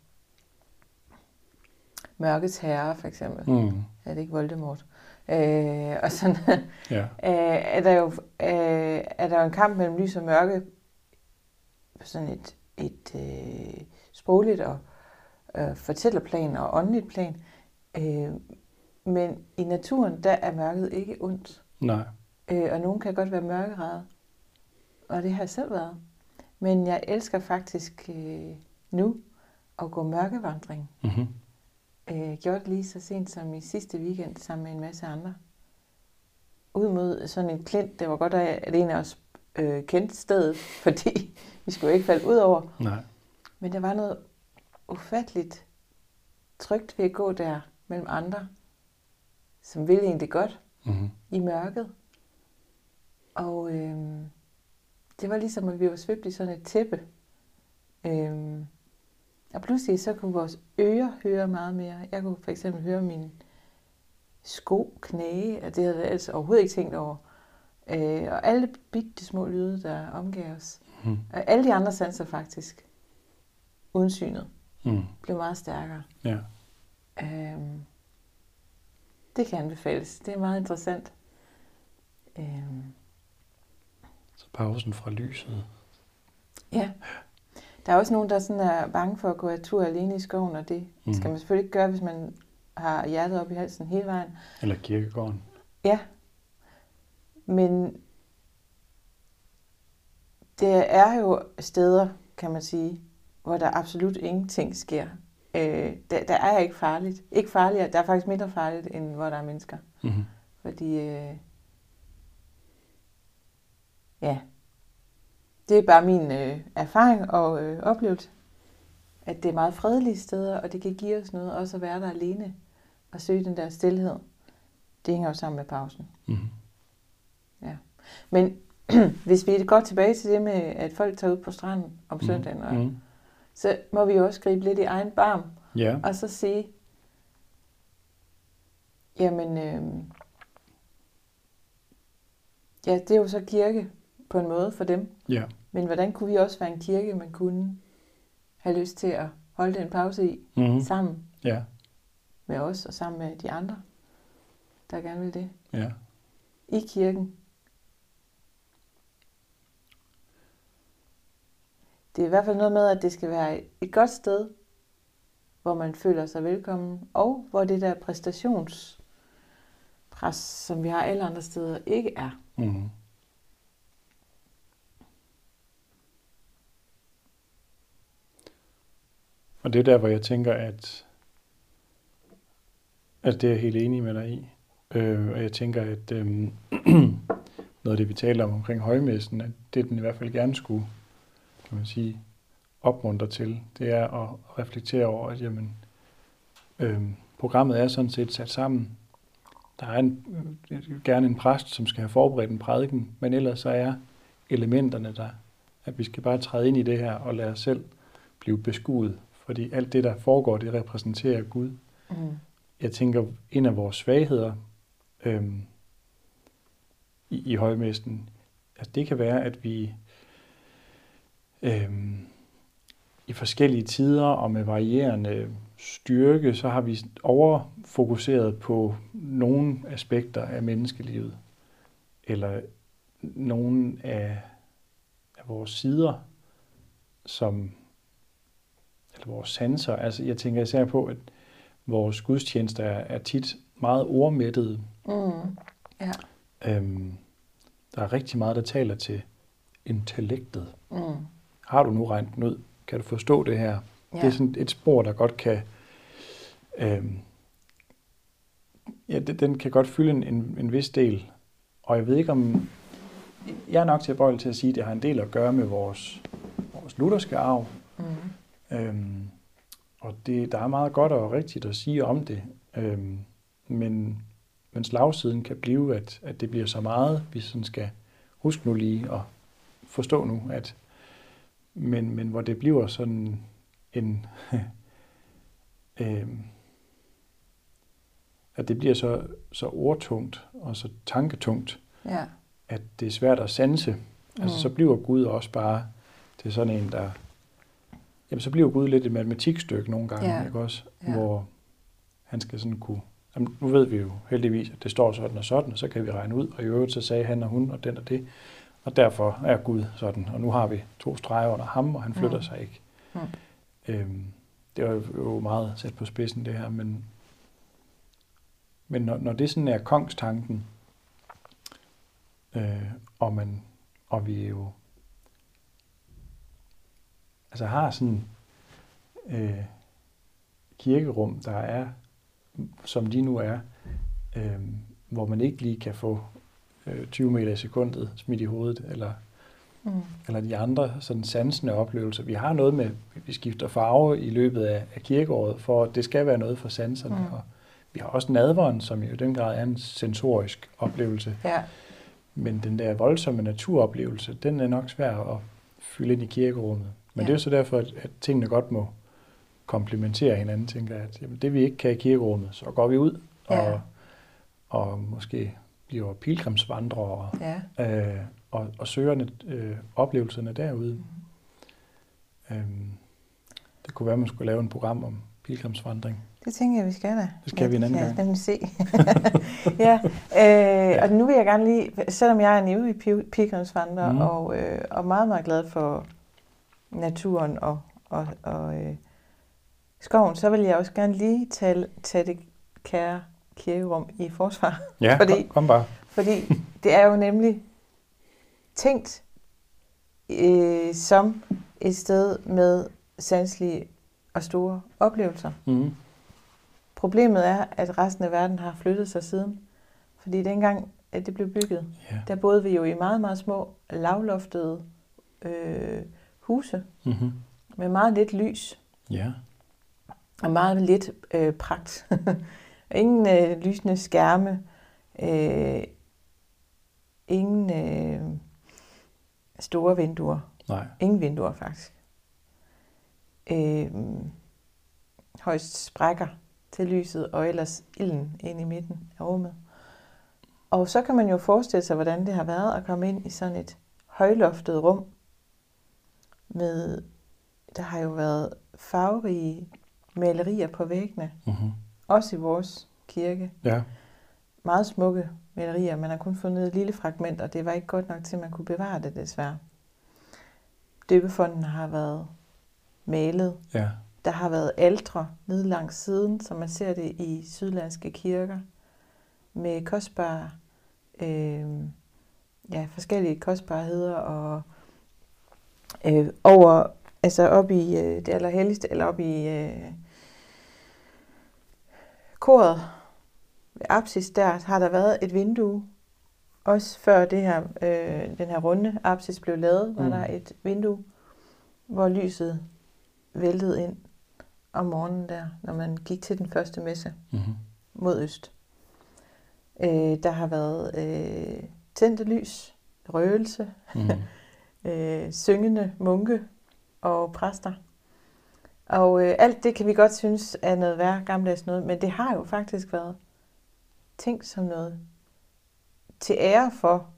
[SPEAKER 2] Mørkets herre, for eksempel. Mm. Er det ikke Voldemort? Øh, og sådan ja. øh, er der jo øh, er der jo en kamp mellem lys og mørke på sådan et, et øh, sprogligt og øh, fortællerplan og åndeligt plan. Øh, men i naturen, der er mørket ikke ondt.
[SPEAKER 3] Nej.
[SPEAKER 2] Øh, og nogen kan godt være mørkerede. Og det har jeg selv været. Men jeg elsker faktisk øh, nu at gå mørkevandring. Mm-hmm. Jeg gjorde det lige så sent som i sidste weekend sammen med en masse andre. Ud mod sådan en klint. Det var godt, at en af os øh, kendte stedet, fordi vi skulle ikke falde ud over.
[SPEAKER 3] Nej.
[SPEAKER 2] Men der var noget ufatteligt trygt ved at gå der mellem andre, som ville egentlig godt mm-hmm. i mørket. Og øh, det var ligesom, at vi var svøbt i sådan et tæppe. Øh, Og pludselig så kunne vores ører høre meget mere. Jeg kunne for eksempel høre mine sko knæge, og det havde jeg altså overhovedet ikke tænkt over. Øh, og alle bitte små lyde, der omgav os. Mm. Og alle de andre sanser faktisk, uden synet, mm. blev meget stærkere.
[SPEAKER 3] Ja.
[SPEAKER 2] Øhm, det kan anbefales. Det er meget interessant. Øhm.
[SPEAKER 3] Så pausen fra lyset.
[SPEAKER 2] Ja. Der er også nogen, der sådan er bange for at gå af tur alene i skoven, og det mm. skal man selvfølgelig ikke gøre, hvis man har hjertet op i halsen hele vejen.
[SPEAKER 3] Eller kirkegården.
[SPEAKER 2] Ja. Men det er jo steder, kan man sige, hvor der absolut ingenting sker. Øh, der, der er ikke farligt. Ikke farligere. Der er faktisk mindre farligt, end hvor der er mennesker. Mm-hmm. Fordi, øh, ja, det er bare min øh, erfaring og øh, oplevelse, at det er meget fredelige steder, og det kan give os noget, også at være der alene og søge den der stilhed. Det hænger jo sammen med pausen. Mm-hmm. Ja. Men hvis vi går tilbage til det med, at folk tager ud på stranden om søndagen, mm-hmm. og, så må vi jo også gribe lidt i egen barm,
[SPEAKER 3] yeah.
[SPEAKER 2] og så sige, jamen, øh, ja, det er jo så kirke, på en måde for dem.
[SPEAKER 3] Ja.
[SPEAKER 2] Men hvordan kunne vi også være en kirke, man kunne have lyst til at holde den pause i,
[SPEAKER 3] Mm-hmm.
[SPEAKER 2] sammen
[SPEAKER 3] Ja.
[SPEAKER 2] med os og sammen med de andre, der gerne vil det.
[SPEAKER 3] Ja.
[SPEAKER 2] I kirken. Det er i hvert fald noget med, at det skal være et godt sted, hvor man føler sig velkommen, og hvor det der præstationspres, som vi har alle andre steder, ikke er.
[SPEAKER 3] Mm-hmm. Og det er der, hvor jeg tænker, at, at det er jeg helt enig med dig i. Øh, og jeg tænker, at øh, noget af det, vi taler om omkring højmessen, at det, den i hvert fald gerne skulle, kan man sige, opmuntre til, det er at reflektere over, at jamen, øh, programmet er sådan set sat sammen. Der er en, øh, gerne en præst, som skal have forberedt en prædiken, men ellers så er elementerne der, at vi skal bare træde ind i det her og lade os selv blive beskuet, fordi alt det, der foregår, det repræsenterer Gud.
[SPEAKER 2] Mm.
[SPEAKER 3] Jeg tænker, en af vores svagheder øhm, i, i højmessen, at det kan være, at vi øhm, i forskellige tider og med varierende styrke, så har vi overfokuseret på nogle aspekter af menneskelivet, eller nogle af, af vores sider, som, eller vores sanser. Altså, jeg tænker især på, at vores gudstjenester er, er tit meget ordmættede.
[SPEAKER 2] Mm. Ja.
[SPEAKER 3] Øhm, der er rigtig meget, der taler til intellektet.
[SPEAKER 2] Mm.
[SPEAKER 3] Har du nu regnet den ud? Kan du forstå det her?
[SPEAKER 2] Ja.
[SPEAKER 3] Det er sådan et spor, der godt kan... Øhm, ja, det, den kan godt fylde en, en, en vis del. Og jeg ved ikke om... Jeg er nok tilbøjelig til at sige, at det har en del at gøre med vores, vores lutherske arv.
[SPEAKER 2] Mm.
[SPEAKER 3] Øhm, og det, der er meget godt og rigtigt at sige om det. Øhm, men, men slagsiden kan blive, at, at det bliver så meget, vi sådan skal huske nu lige og forstå nu, at men, men hvor det bliver sådan en øhm, at det bliver så, så ordtungt og så tanketungt,
[SPEAKER 2] Ja.
[SPEAKER 3] at det er svært at sanse. Mm. Altså så bliver Gud også bare til sådan en, der... Jamen så bliver Gud lidt et matematikstykke nogle gange,
[SPEAKER 2] Ja.
[SPEAKER 3] ikke også?
[SPEAKER 2] Ja.
[SPEAKER 3] Hvor han skal sådan kunne... Jamen, nu ved vi jo heldigvis, at det står sådan og sådan, og så kan vi regne ud, og i øvrigt så sagde han og hun og den og det. Og derfor er Gud sådan, og nu har vi to streger under ham, og han flytter mm. sig ikke.
[SPEAKER 2] Mm.
[SPEAKER 3] Øhm, det er jo meget sat på spidsen det her, men, men når, når det sådan er kongstanken, øh, og, man, og vi jo altså har sådan øh, kirkerum, der er, som de nu er, øh, hvor man ikke lige kan få øh, tyve meter i sekundet smidt i hovedet, eller, mm. eller de andre sådan sansende oplevelser. Vi har noget med, vi skifter farve i løbet af, af kirkeåret, for at det skal være noget for sanserne. Mm. Og vi har også nadveren, som jo i den grad er en sensorisk oplevelse.
[SPEAKER 2] Ja.
[SPEAKER 3] Men den der voldsomme naturoplevelse, den er nok svær at fylde ind i kirkerummet. Men ja. Det er jo så derfor, at, at tingene godt må komplementere hinanden, tænker jeg, at jamen, det vi ikke kan i kirkerummet, så går vi ud
[SPEAKER 2] Ja.
[SPEAKER 3] og, og måske bliver pilgrimsvandrere
[SPEAKER 2] Ja.
[SPEAKER 3] øh, og, og søger øh, oplevelserne derude. Mm. Øhm, det kunne være, at man skulle lave et program om pilgrimsvandring.
[SPEAKER 2] Det tænker jeg, vi skal da.
[SPEAKER 3] Det skal vi en anden gang.
[SPEAKER 2] Ja, nemlig se. ja, øh, ja, og nu vil jeg gerne lige, selvom jeg er en ivrig pi- pilgrimsvandrer, mm. og, øh, og meget, meget glad for naturen og, og, og øh, skoven, så vil jeg også gerne lige tage, tage det kære kirkerum i forsvar.
[SPEAKER 3] Ja,
[SPEAKER 2] fordi,
[SPEAKER 3] kom, kom bare.
[SPEAKER 2] Fordi det er jo nemlig tænkt øh, som et sted med sanselige og store oplevelser.
[SPEAKER 3] Mm.
[SPEAKER 2] Problemet er, at resten af verden har flyttet sig siden. Fordi dengang, at det blev bygget,
[SPEAKER 3] Ja.
[SPEAKER 2] der boede vi jo i meget, meget små, lavloftede øh, huse
[SPEAKER 3] Mm-hmm.
[SPEAKER 2] med meget lidt lys
[SPEAKER 3] Ja.
[SPEAKER 2] og meget lidt øh, pragt. Ingen øh, lysende skærme, øh, ingen øh, store vinduer,
[SPEAKER 3] Nej.
[SPEAKER 2] ingen vinduer faktisk. Øh, højst sprækker til lyset, og ellers ilden ind i midten af rummet. Og så kan man jo forestille sig, hvordan det har været at komme ind i sådan et højloftede rum. Med, der har jo været farverige malerier på væggene.
[SPEAKER 3] Mm-hmm.
[SPEAKER 2] Også i vores kirke.
[SPEAKER 3] Ja.
[SPEAKER 2] Meget smukke malerier. Man har kun fundet et lille fragment, og det var ikke godt nok til, at man kunne bevare det, desværre. Døbefonden har været malet.
[SPEAKER 3] Ja.
[SPEAKER 2] Der har været altre nede langs siden, som man ser det i sydlandske kirker, med kostbare, øh, ja, forskellige kostbarheder, og øh, over, altså op i øh, det allerhelligste, eller op i øh, koret ved apsis, der har der været et vindue. Også før det her, øh, den her runde apsis blev lavet, var mm. der et vindue, hvor lyset væltede ind om morgenen der, når man gik til den første messe
[SPEAKER 3] mm-hmm.
[SPEAKER 2] mod øst. Øh, der har været øh, tændte lys, røgelse, mm. øh, syngende munke og præster. Og øh, alt det kan vi godt synes er noget værre gammeldags noget, men det har jo faktisk været tænkt som noget til ære for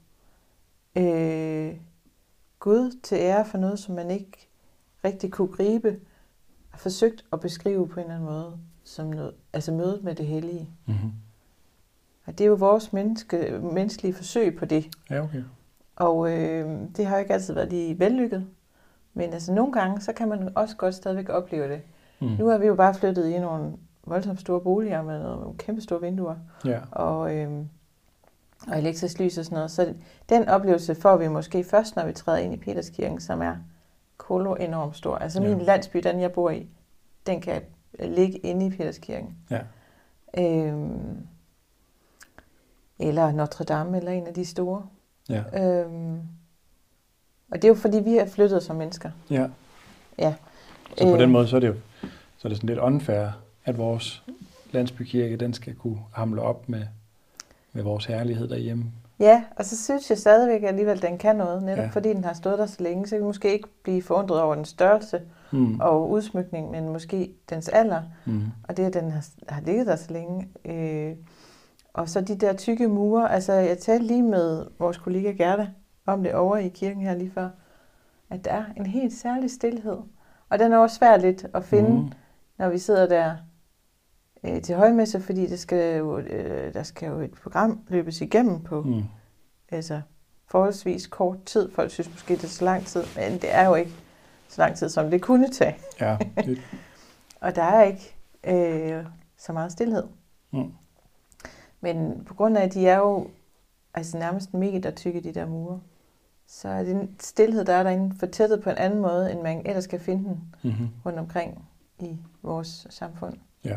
[SPEAKER 2] øh, Gud, til ære for noget, som man ikke rigtig kunne gribe, og forsøgt at beskrive på en eller anden måde, som noget, altså mødet med det hellige.
[SPEAKER 3] Mm-hmm.
[SPEAKER 2] Og det er jo vores menneske, menneskelige forsøg på det.
[SPEAKER 3] Ja, okay.
[SPEAKER 2] Og øh, det har jo ikke altid været lige vellykket. Men altså nogle gange, så kan man også godt stadigvæk opleve det. Mm. Nu er vi jo bare flyttet i nogle voldsomt store boliger med nogle kæmpe store vinduer.
[SPEAKER 3] Ja.
[SPEAKER 2] Og, øh, og elektrisk lys og sådan noget. Så den oplevelse får vi måske først, når vi træder ind i Peterskirken, som er kolo enormt stor. Altså min ja. landsby, den jeg bor i, den kan ligge inde i Peterskirken.
[SPEAKER 3] Ja.
[SPEAKER 2] Øhm, eller Notre Dame, eller en af de store.
[SPEAKER 3] Ja.
[SPEAKER 2] Øhm, og det er jo fordi, vi er flyttet som mennesker.
[SPEAKER 3] Ja.
[SPEAKER 2] Ja.
[SPEAKER 3] Så på
[SPEAKER 2] øh,
[SPEAKER 3] den måde, så er det jo så er det sådan lidt unfair, at vores landsbykirke, den skal kunne hamle op med, med vores herlighed derhjemme.
[SPEAKER 2] Ja, og så synes jeg stadigvæk alligevel, at den kan noget, netop ja. fordi den har stået der så længe, så kan vi måske ikke blive forundret over den størrelse mm. og udsmykning, men måske dens alder, mm. og det, at den har, har ligget der så længe. Øh, og så de der tykke mure, altså jeg talte lige med vores kollega Gerda om det over i kirken her lige før, at der er en helt særlig stilhed, og den er også svært lidt at finde, mm. når vi sidder der øh, til højmesse, fordi det skal jo, øh, der skal jo et program løbes igennem på mm. altså, forholdsvis kort tid. Folk synes måske, det er så lang tid, men det er jo ikke så lang tid, som det kunne tage.
[SPEAKER 3] Ja, det...
[SPEAKER 2] Og der er ikke øh, så meget stilhed. Mm. Men på grund af, at de er jo altså nærmest meter tykke, de der mure, så er den stilhed, der er derinde, fortættet på en anden måde, end man ellers kan finde den mm-hmm. rundt omkring i vores samfund.
[SPEAKER 3] Ja.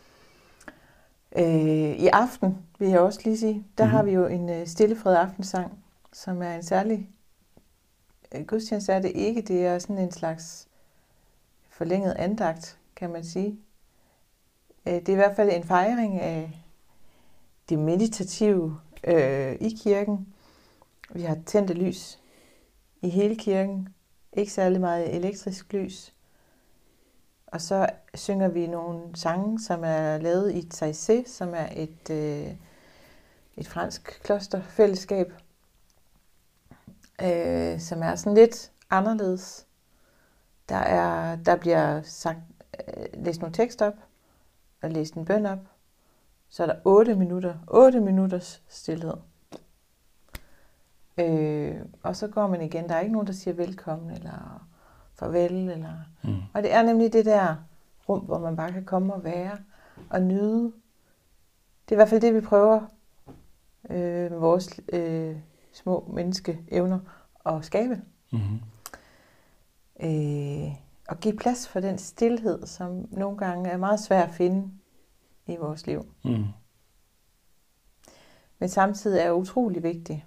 [SPEAKER 2] Øh, I aften, vil jeg også lige sige, der mm-hmm. har vi jo en uh, stillefred aftensang, som er en særlig uh, gudstjeneste er det ikke. Det er sådan en slags forlænget andagt, kan man sige. Uh, det er i hvert fald en fejring af det meditative uh, i kirken. Vi har tændte lys i hele kirken. Ikke særlig meget elektrisk lys. Og så synger vi nogle sange, som er lavet i Taizé, som er et, øh, et fransk klosterfællesskab, øh, som er sådan lidt anderledes. Der, er, der bliver sagt, øh, læst nogle tekster op, og læst en bøn op. Så er der otte minutter, otte minutters stilhed. Øh, og så går man igen. Der er ikke nogen, der siger velkommen, eller farvel. Eller... Mm. Og det er nemlig det der rum, hvor man bare kan komme og være og nyde. Det er i hvert fald det, vi prøver øh, med vores øh, små menneskeevner at skabe. Mm-hmm. Øh, og give plads for den stilhed, som nogle gange er meget svær at finde i vores liv. Mm. Men samtidig er utrolig vigtig.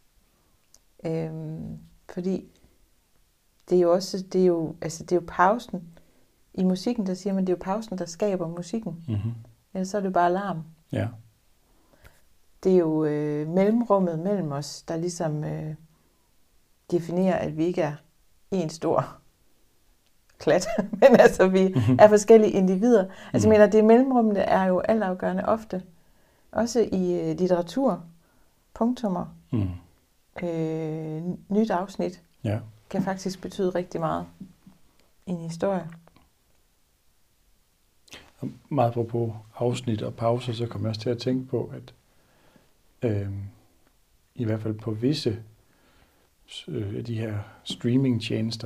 [SPEAKER 2] Øhm, fordi det er jo også, det er jo, altså det er jo pausen i musikken, der siger man, det er jo pausen, der skaber musikken. Mm-hmm. Ellers så er det jo bare larm.
[SPEAKER 3] Ja.
[SPEAKER 2] Det er jo øh, mellemrummet mellem os, der ligesom øh, definerer, at vi ikke er en stor klat, men altså vi mm-hmm. er forskellige individer. Mm-hmm. Altså jeg mener, det mellemrummet er jo altafgørende ofte, også i øh, litteratur, punktummer. Mm. øh, nyt afsnit
[SPEAKER 3] Ja.
[SPEAKER 2] kan faktisk betyde rigtig meget i en historie.
[SPEAKER 3] Og meget på afsnit og pauser, så kommer jeg også til at tænke på, at øh, i hvert fald på visse øh, af de her streamingtjenester,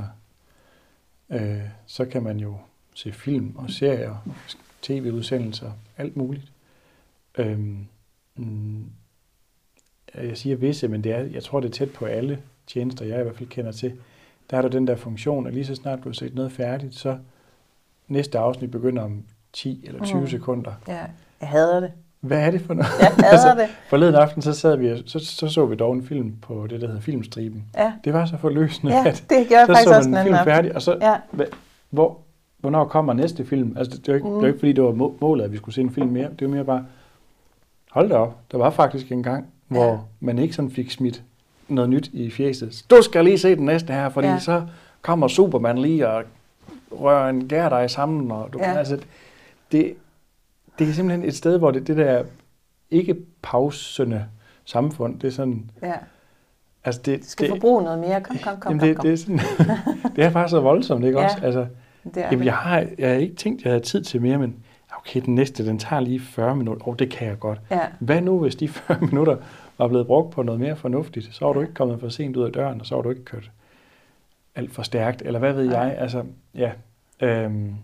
[SPEAKER 3] øh, så kan man jo se film og serier, tv-udsendelser, alt muligt. Øh, mm, jeg siger visse, men det er, jeg tror, det er tæt på alle tjenester, jeg i hvert fald kender til. Der er der den der funktion, at lige så snart du har set noget færdigt, så næste afsnit begynder om ti eller tyve mm. sekunder.
[SPEAKER 2] Ja, jeg hader det.
[SPEAKER 3] Hvad er det for noget?
[SPEAKER 2] Jeg hader altså, det.
[SPEAKER 3] Forleden aften, så, sad vi, så, så så vi dog en film på det, der hedder Filmstriben.
[SPEAKER 2] Ja.
[SPEAKER 3] Det var så forløsende.
[SPEAKER 2] Ja,
[SPEAKER 3] at,
[SPEAKER 2] det gjorde jeg faktisk også den anden
[SPEAKER 3] film færdig, og så,
[SPEAKER 2] ja.
[SPEAKER 3] hva, hvor, hvornår kommer næste film? Altså, det var ikke, mm. det var ikke fordi, det var målet, at vi skulle se en film mere. Det var mere bare, hold da op, der var faktisk en gang, hvor ja. man ikke sådan fik smidt noget nyt i fjeset. Du skal lige se den næste her, fordi ja. så kommer Superman lige og rører en gærdej sammen. Og du, ja. altså, det, det er simpelthen et sted, hvor det, det der ikke pausende samfund, det er sådan...
[SPEAKER 2] Ja.
[SPEAKER 3] Altså det,
[SPEAKER 2] du skal
[SPEAKER 3] det,
[SPEAKER 2] forbruge noget mere. Kom, kom, kom,
[SPEAKER 3] jamen
[SPEAKER 2] kom,
[SPEAKER 3] det,
[SPEAKER 2] kom.
[SPEAKER 3] Det, er sådan, det er faktisk så voldsomt, ikke ja. også? Altså,
[SPEAKER 2] det er
[SPEAKER 3] jamen,
[SPEAKER 2] det.
[SPEAKER 3] Jeg, har, jeg har ikke tænkt, at jeg havde tid til mere, men okay, den næste, den tager lige fyrre minutter. Åh, oh, det kan jeg godt.
[SPEAKER 2] Ja.
[SPEAKER 3] Hvad nu, hvis de fyrre minutter var blevet brugt på noget mere fornuftigt? Så var du ikke kommet for sent ud af døren, og så var du ikke kørt alt for stærkt, eller hvad ved ja. jeg? Altså, ja... Øhm,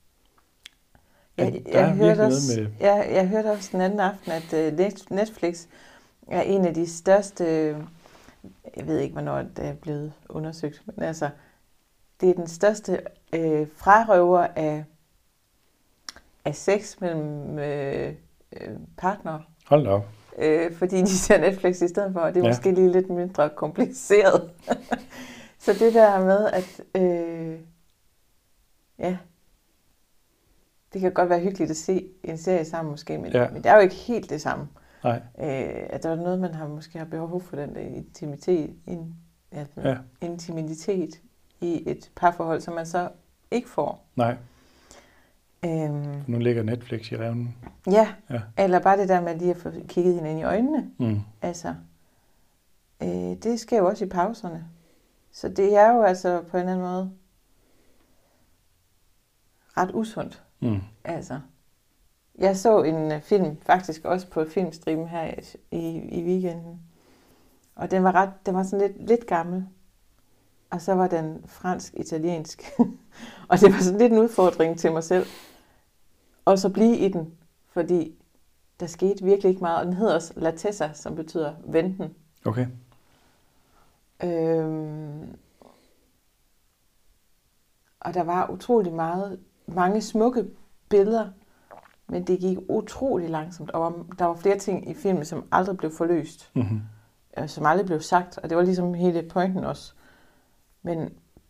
[SPEAKER 2] Jeg, jeg, hørte også, med... jeg, jeg hørte også den anden aften, at uh, Netflix er en af de største, jeg ved ikke, hvornår det er blevet undersøgt, men altså, det er den største øh, frarøver af, af sex mellem øh, partnere.
[SPEAKER 3] Hold da op.
[SPEAKER 2] Øh, fordi de ser Netflix i stedet for, og det er ja. måske lige lidt mindre kompliceret. Så det der med, at øh, ja, det kan godt være hyggeligt at se en serie sammen måske, men, ja. men det er jo ikke helt det samme.
[SPEAKER 3] Nej.
[SPEAKER 2] Øh, at der er noget, man har måske har behov for den der intimitet, in, ja,
[SPEAKER 3] ja.
[SPEAKER 2] intimitet i et parforhold, som man så ikke får.
[SPEAKER 3] Nej.
[SPEAKER 2] Øhm,
[SPEAKER 3] nu ligger Netflix i revnen.
[SPEAKER 2] Ja,
[SPEAKER 3] ja,
[SPEAKER 2] eller bare det der med lige at få kigget hinanden i øjnene.
[SPEAKER 3] Mm.
[SPEAKER 2] Altså, øh, det sker jo også i pauserne. Så det er jo altså på en eller anden måde ret usundt.
[SPEAKER 3] Mm.
[SPEAKER 2] Altså, jeg så en uh, film faktisk også på Filmstriben her i, i weekenden. Og den var ret, den var sådan lidt, lidt gammel. Og så var den fransk-italiensk. Og det var sådan lidt en udfordring til mig selv. Og så blive i den, fordi der skete virkelig ikke meget. Og den hedder også La Tessa, som betyder venten.
[SPEAKER 3] Okay.
[SPEAKER 2] Øhm, og der var utrolig meget, mange smukke billeder, men det gik utrolig langsomt. Og der var flere ting i filmen, som aldrig blev forløst.
[SPEAKER 3] Mm-hmm.
[SPEAKER 2] Øh, som aldrig blev sagt, og det var ligesom hele pointen også. Men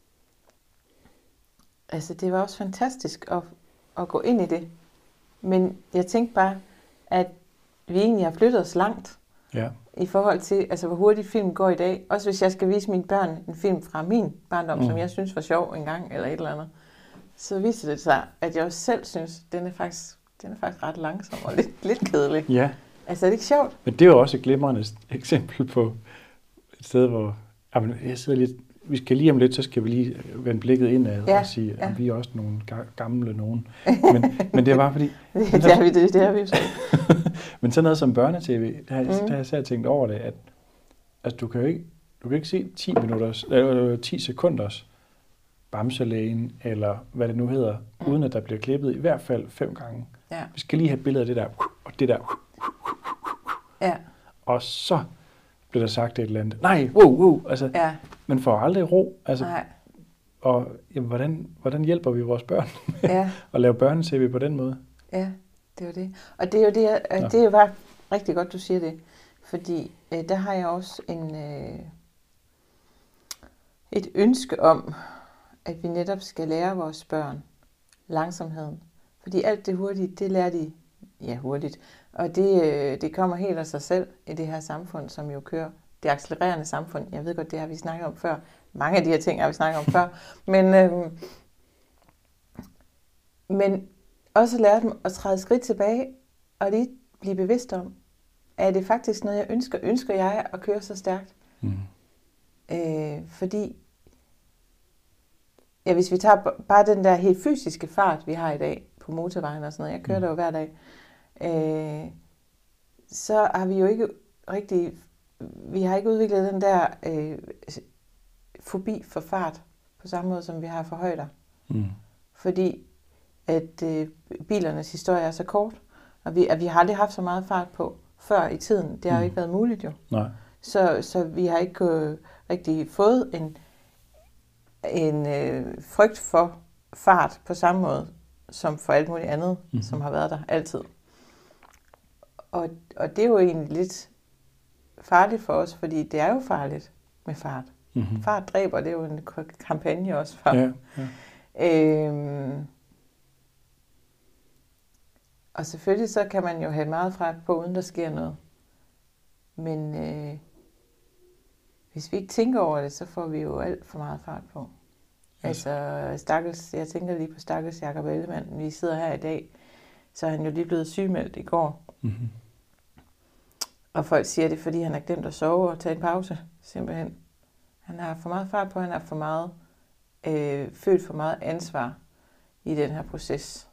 [SPEAKER 2] altså, det var også fantastisk at, at gå ind i det. Men jeg tænkte bare, at vi egentlig har flyttet os langt.
[SPEAKER 3] Ja.
[SPEAKER 2] I forhold til, altså hvor hurtigt film går i dag. Også hvis jeg skal vise mine børn en film fra min barndom, mm. som jeg synes var sjov engang, eller et eller andet. Så viser det sig, at jeg også selv synes, at den er faktisk, den er faktisk ret langsom og lidt, lidt kedelig.
[SPEAKER 3] Ja.
[SPEAKER 2] Altså er det ikke sjovt?
[SPEAKER 3] Men det er jo også et glimrende eksempel på et sted, hvor jamen, jeg sidder lidt, vi skal lige om lidt, så skal vi lige vende blikket indad ja, og sige, at ja. vi er også nogle gamle nogen. Men, men det er bare fordi...
[SPEAKER 2] det, det er vi, det, det er vi jo så.
[SPEAKER 3] Men sådan noget som børnetv, der har, mm. der har jeg selv tænkt over det, at altså, du kan jo ikke, du kan ikke se ti minutters, eller ti sekunders Bamselægen, eller hvad det nu hedder, mm. uden at der bliver klippet i hvert fald fem gange.
[SPEAKER 2] Ja.
[SPEAKER 3] Vi skal lige have et billede af det der, og det der.
[SPEAKER 2] Ja.
[SPEAKER 3] Og så bliver der sagt et eller andet. Nej, wow, wow. Altså,
[SPEAKER 2] ja.
[SPEAKER 3] Man får aldrig ro. Altså,
[SPEAKER 2] Nej.
[SPEAKER 3] Og jamen, hvordan, hvordan hjælper vi vores børn med
[SPEAKER 2] ja.
[SPEAKER 3] at lave børne-tv på den måde?
[SPEAKER 2] Ja, det var det. Og det er jo det, ja. det er jo bare rigtig godt, du siger det. Fordi øh, der har jeg også en, øh, et ønske om, at vi netop skal lære vores børn langsomheden. Fordi alt det hurtigt, det lærer de ja, hurtigt. Og det, øh, det kommer helt af sig selv i det her samfund, som jo kører. Det accelererende samfund. Jeg ved godt, det har vi snakket om før. Mange af de her ting har vi snakket om før. Men, øh, men også lære dem at træde skridt tilbage og lige blive bevidst om, er det faktisk noget, jeg ønsker? Ønsker jeg at køre så stærkt?
[SPEAKER 3] Mm.
[SPEAKER 2] Øh, fordi, ja, hvis vi tager b- bare den der helt fysiske fart, vi har i dag på motorvejen og sådan noget, jeg kører
[SPEAKER 3] Mm.
[SPEAKER 2] der jo hver dag, øh, så har vi jo ikke rigtig, vi har ikke udviklet den der øh, fobi for fart, på samme måde som vi har for højder.
[SPEAKER 3] Mm.
[SPEAKER 2] Fordi at øh, bilernes historie er så kort, og vi, at vi har aldrig haft så meget fart på før i tiden. Det har
[SPEAKER 3] Mm.
[SPEAKER 2] jo ikke været muligt jo.
[SPEAKER 3] Nej.
[SPEAKER 2] Så, så vi har ikke øh, rigtig fået en, en øh, frygt for fart på samme måde, som for alt muligt andet,
[SPEAKER 3] Mhm.
[SPEAKER 2] som har været der altid. Og, og det er jo egentlig lidt farligt for os, fordi det er jo farligt med fart.
[SPEAKER 3] Mm-hmm.
[SPEAKER 2] Fart dræber, det er jo en k- kampagne også for.
[SPEAKER 3] Ja, ja.
[SPEAKER 2] Øhm, og selvfølgelig så kan man jo have meget fart på, uden der sker noget. Men øh, hvis vi ikke tænker over det, så får vi jo alt for meget fart på.
[SPEAKER 3] Yes.
[SPEAKER 2] Altså, stakkels, jeg tænker lige på stakkels Jakob Ellemann. Vi sidder her i dag, så er han jo lige blevet sygemeldt i går.
[SPEAKER 3] Mm-hmm.
[SPEAKER 2] Og folk siger det, fordi han har glemt at sove og tage en pause, simpelthen. Han har for meget fart på, han har for meget, øh, følt for meget ansvar i den her proces.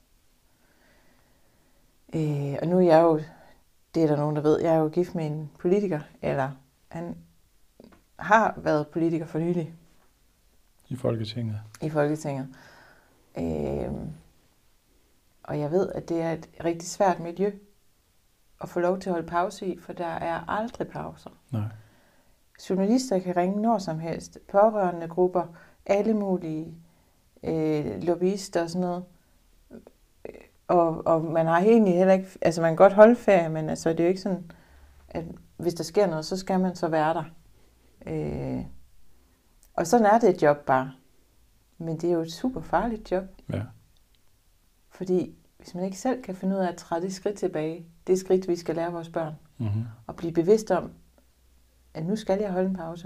[SPEAKER 2] Øh, og nu er jeg jo, det er der nogen, der ved, jeg er jo gift med en politiker, eller han har været politiker for nylig
[SPEAKER 3] I Folketinget.
[SPEAKER 2] i Folketinget. Øh, og jeg ved, at det er et rigtig svært miljø at få lov til at holde pause i, for der er aldrig pauser.
[SPEAKER 3] Nej.
[SPEAKER 2] Journalister kan ringe når som helst, pårørende grupper, alle mulige øh, lobbyister og sådan noget. Og, og man har egentlig heller ikke, altså man kan godt holde ferie, men altså det er jo ikke sådan, at hvis der sker noget, så skal man så være der. Øh, og sådan er det et job bare. Men det er jo et super farligt job,
[SPEAKER 3] Ja.
[SPEAKER 2] fordi hvis man ikke selv kan finde ud af at træde det skridt tilbage, det skridt, vi skal lære vores børn,
[SPEAKER 3] Mm-hmm.
[SPEAKER 2] og blive bevidst om, at nu skal jeg holde en pause,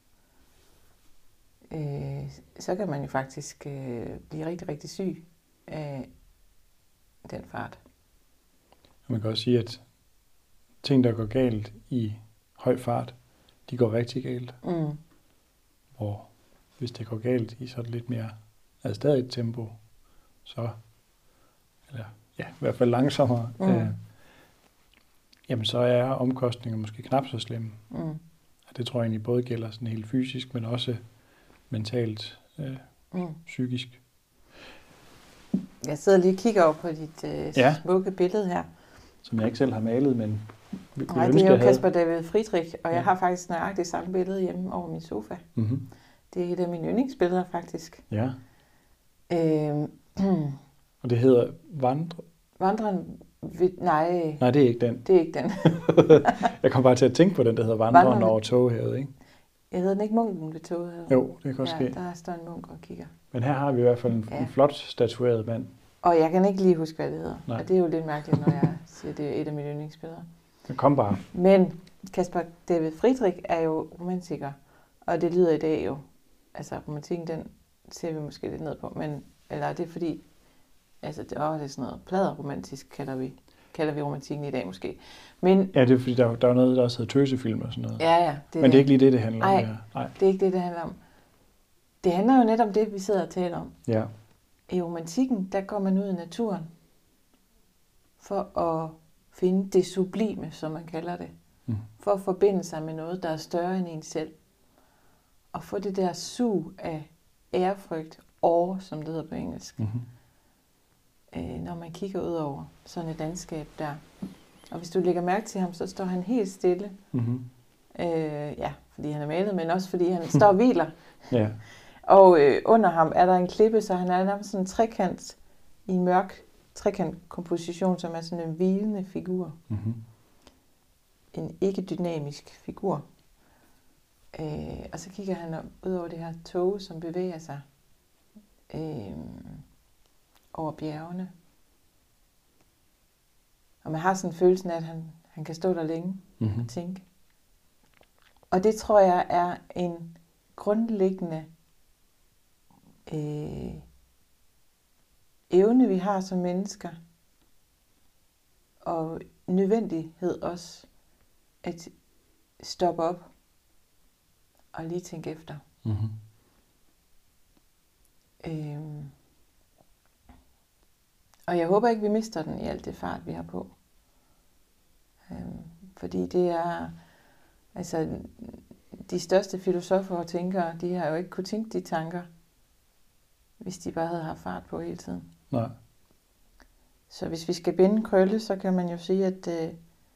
[SPEAKER 2] øh, så kan man jo faktisk øh, blive rigtig, rigtig syg af den fart.
[SPEAKER 3] Og man kan også sige, at ting, der går galt i høj fart, de går rigtig galt.
[SPEAKER 2] Mm.
[SPEAKER 3] Og hvis det går galt i sådan lidt mere adstadigt tempo, så, eller ja, i hvert fald langsommere,
[SPEAKER 2] Mm.
[SPEAKER 3] øh, jamen så er omkostningerne måske knap så slemme.
[SPEAKER 2] Mm.
[SPEAKER 3] Og det tror jeg egentlig både gælder sådan helt fysisk, men også mentalt, øh,
[SPEAKER 2] Mm.
[SPEAKER 3] psykisk.
[SPEAKER 2] Jeg sidder lige og kigger over på dit øh,
[SPEAKER 3] Ja.
[SPEAKER 2] smukke billede her.
[SPEAKER 3] Som jeg ikke selv har malet, men vi
[SPEAKER 2] Nej, det er jo Kasper David Friedrich, og ja. Jeg har faktisk nøjagtigt samme billede hjemme over min sofa.
[SPEAKER 3] Mm-hmm.
[SPEAKER 2] Det er et af mine yndlingsbilleder, faktisk.
[SPEAKER 3] Ja,
[SPEAKER 2] Øh,
[SPEAKER 3] og det hedder Vandre.
[SPEAKER 2] Vandren... Ved, nej,
[SPEAKER 3] Nej, det er ikke den.
[SPEAKER 2] det er ikke den.
[SPEAKER 3] Jeg kom bare til at tænke på den, der hedder Vandren
[SPEAKER 2] Vandrende-
[SPEAKER 3] over Tågehavet, ikke?
[SPEAKER 2] Jeg hedder den ikke Munken ved toget? Her.
[SPEAKER 3] Jo, det kan godt
[SPEAKER 2] Ja,
[SPEAKER 3] ske.
[SPEAKER 2] der står en munk og kigger.
[SPEAKER 3] Men her har vi i hvert fald en,
[SPEAKER 2] Ja.
[SPEAKER 3] en flot statueret mand.
[SPEAKER 2] Og jeg kan ikke lige huske, hvad det hedder.
[SPEAKER 3] Nej.
[SPEAKER 2] Og det er jo lidt mærkeligt, når jeg siger, det er et af mine yndlingsbilleder.
[SPEAKER 3] Den kom bare.
[SPEAKER 2] Men Kasper David Friedrich er jo romantiker, og det lyder i dag jo, altså romantikken, den ser vi måske lidt ned på, men, eller det er fordi, altså det, åh, det er sådan noget pladerromantisk, kalder vi, kalder vi romantikken i dag måske. Men,
[SPEAKER 3] Ja, det er fordi, der, der er noget, der også hedder tøsefilm og sådan noget.
[SPEAKER 2] ja, ja.
[SPEAKER 3] Men det er ikke lige det, det handler
[SPEAKER 2] Nej.
[SPEAKER 3] om her. Nej.
[SPEAKER 2] Det er ikke det, det handler om. Det handler jo netop om det, vi sidder og taler om.
[SPEAKER 3] Ja.
[SPEAKER 2] I romantikken, der går man ud i naturen for at finde det sublime, som man kalder det.
[SPEAKER 3] Mm.
[SPEAKER 2] For at forbinde sig med noget, der er større end en selv. Og få det der sug af ærefrygt, awe, som det hedder på engelsk,
[SPEAKER 3] Mm-hmm.
[SPEAKER 2] øh, når man kigger ud over sådan et landskab der. Og hvis du lægger mærke til ham, så står han helt stille.
[SPEAKER 3] Mm-hmm.
[SPEAKER 2] Øh, ja, fordi han er malet, men også fordi han står og hviler.
[SPEAKER 3] Ja.
[SPEAKER 2] Og øh, under ham er der en klippe, så han er nærmest sådan en trekant i en mørk trekantkomposition, som er sådan en hvilende figur.
[SPEAKER 3] Mm-hmm.
[SPEAKER 2] En ikke-dynamisk figur. Øh, og så kigger han op, ud over det her tog, som bevæger sig øh, over bjergene. Og man har sådan en følelse af, at han, han kan stå der længe
[SPEAKER 3] Mm-hmm.
[SPEAKER 2] og tænke. Og det tror jeg er en grundlæggende øh, evne, vi har som mennesker, og nødvendighed også, at stoppe op og lige tænke efter.
[SPEAKER 3] Mm-hmm.
[SPEAKER 2] Øhm. Og jeg håber ikke, vi mister den i alt det fart, vi har på. Øhm. Fordi det er, altså, de største filosofer og tænkere, de har jo ikke kunne tænke de tanker, hvis de bare havde haft fart på hele tiden.
[SPEAKER 3] Nej.
[SPEAKER 2] Så hvis vi skal binde krølle, så kan man jo sige, at, øh,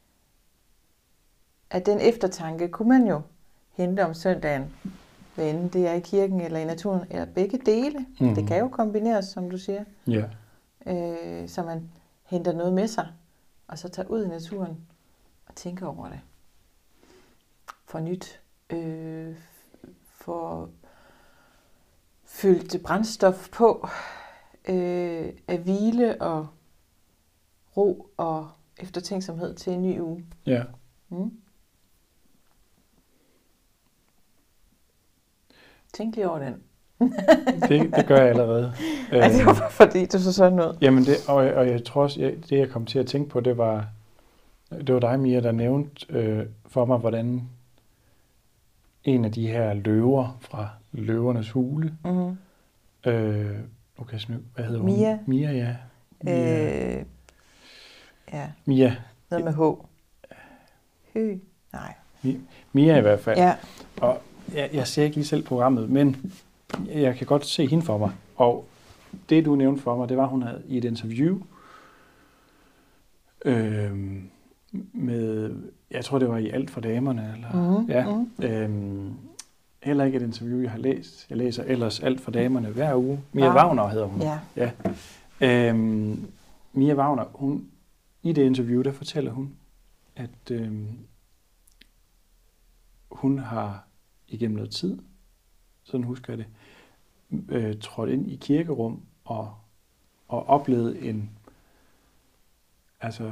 [SPEAKER 2] at den eftertanke kunne man jo hente om søndagen, hvad enten det er i kirken eller i naturen, eller begge dele. Mm-hmm. Det kan jo kombineres, som du siger.
[SPEAKER 3] Ja.
[SPEAKER 2] Øh, så man henter noget med sig, og så tager ud i naturen og tænker over det. For nyt. Øh, for fyldt brændstof på. Øh, af hvile og ro og eftertænksomhed til en ny uge.
[SPEAKER 3] Ja.
[SPEAKER 2] Mm. Tænk lige over den.
[SPEAKER 3] det, det gør jeg allerede.
[SPEAKER 2] Ja, det var fordi, du så sådan noget.
[SPEAKER 3] Jamen, det, og, og jeg tror også, jeg, det jeg kom til at tænke på, det var, det var dig, Mia, der nævnte øh, for mig, hvordan en af de her løver fra Løvernes Hule,
[SPEAKER 2] Mm-hmm.
[SPEAKER 3] øh, okay, hvad hedder hun?
[SPEAKER 2] Mia.
[SPEAKER 3] Mia, ja. Mia.
[SPEAKER 2] Øh, ja.
[SPEAKER 3] Mia.
[SPEAKER 2] Noget med H. Hø. Nej.
[SPEAKER 3] Mia i hvert fald.
[SPEAKER 2] Ja.
[SPEAKER 3] Og jeg, jeg ser ikke lige selv programmet, men jeg kan godt se hende for mig. Og det, du nævnte for mig, det var, hun havde i et interview øh, med, jeg tror, det var i Alt for damerne. Eller,
[SPEAKER 2] Mm-hmm.
[SPEAKER 3] ja,
[SPEAKER 2] Mm-hmm.
[SPEAKER 3] øh, heller ikke et interview, jeg har læst. Jeg læser ellers Alt for damerne hver uge. Mia
[SPEAKER 2] Ah.
[SPEAKER 3] Wagner hedder hun.
[SPEAKER 2] Ja.
[SPEAKER 3] Ja. Øh, Mia Wagner, hun, i det interview, der fortæller hun, at øh, hun har igennem noget tid, sådan husker jeg det, øh, trådt ind i kirkerum og, og oplevet en altså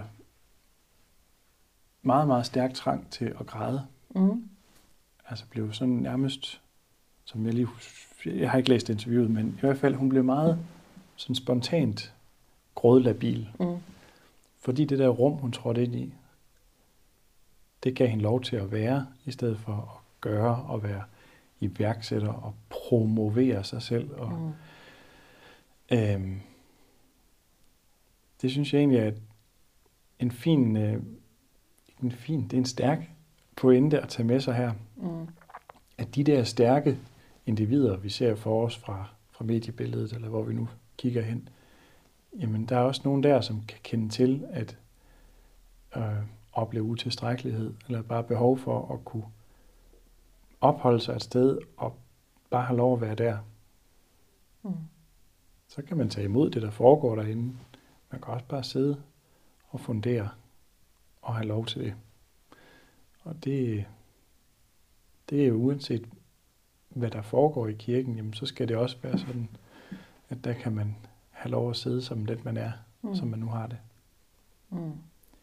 [SPEAKER 3] meget, meget stærk trang til at græde.
[SPEAKER 2] Mm.
[SPEAKER 3] Altså blev sådan nærmest, som jeg lige jeg har ikke læst interviewet, men i hvert fald, hun blev meget sådan spontant grådlabil.
[SPEAKER 2] Mm.
[SPEAKER 3] Fordi det der rum, hun trådte ind i, det gav hende lov til at være, i stedet for at gøre og være iværksætter og promovere sig selv. Og,
[SPEAKER 2] Mm.
[SPEAKER 3] øhm, det synes jeg egentlig er en fin, øh, en fin, det er en stærk pointe at tage med sig her.
[SPEAKER 2] Mm.
[SPEAKER 3] At de der stærke individer, vi ser for os fra, fra mediebilledet, eller hvor vi nu kigger hen, jamen der er også nogen der, som kan kende til at øh, opleve utilstrækkelighed, eller bare behov for at kunne opholde sig et sted og bare have lov at være der.
[SPEAKER 2] Mm.
[SPEAKER 3] Så kan man tage imod det, der foregår derinde. Man kan også bare sidde og fundere og have lov til det. Og det, det er jo uanset, hvad der foregår i kirken, jamen så skal det også være sådan, at der kan man have lov at sidde som den, man er, mm. som man nu har det.
[SPEAKER 2] Mm.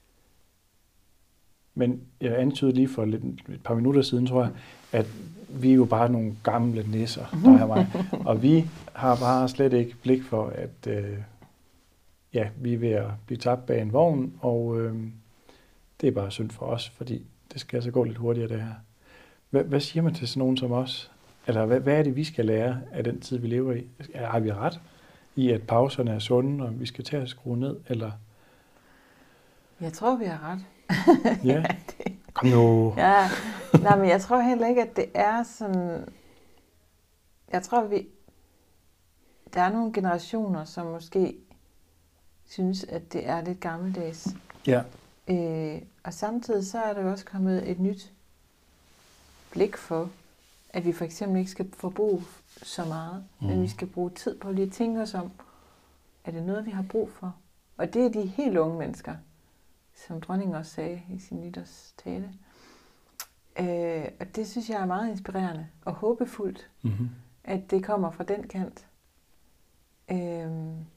[SPEAKER 3] Men jeg antydede lige for lidt, et par minutter siden, tror jeg, at vi er jo bare nogle gamle nisser, der er mig. Og vi har bare slet ikke blik for, at øh, ja, vi er ved at blive tabt bag en vogn, og øh, det er bare synd for os, fordi det skal altså gå lidt hurtigere, det her. Hvad, hvad siger man til sådan nogen som os? Eller hvad, hvad er det, vi skal lære af den tid, vi lever i? Har vi ret i, at pauserne er sunde, og vi skal tage at skrue ned, eller?
[SPEAKER 2] Jeg tror, vi har ret.
[SPEAKER 3] Ja, kom nu.
[SPEAKER 2] Ja, nej, men jeg tror heller ikke, at det er sådan... Jeg tror, vi... Der er nogle generationer, som måske synes, at det er lidt gammeldags.
[SPEAKER 3] Ja.
[SPEAKER 2] Øh, og samtidig så er der jo også kommet et nyt blik for, at vi for eksempel ikke skal forbruge så meget, mm. men vi skal bruge tid på lige at tænke os om, er det noget, vi har brug for? Og det er de helt unge mennesker, som dronningen også sagde i sin nytårstale. Øh, og det synes jeg er meget inspirerende og håbefuldt,
[SPEAKER 3] Mm-hmm.
[SPEAKER 2] at det kommer fra den kant. Øh,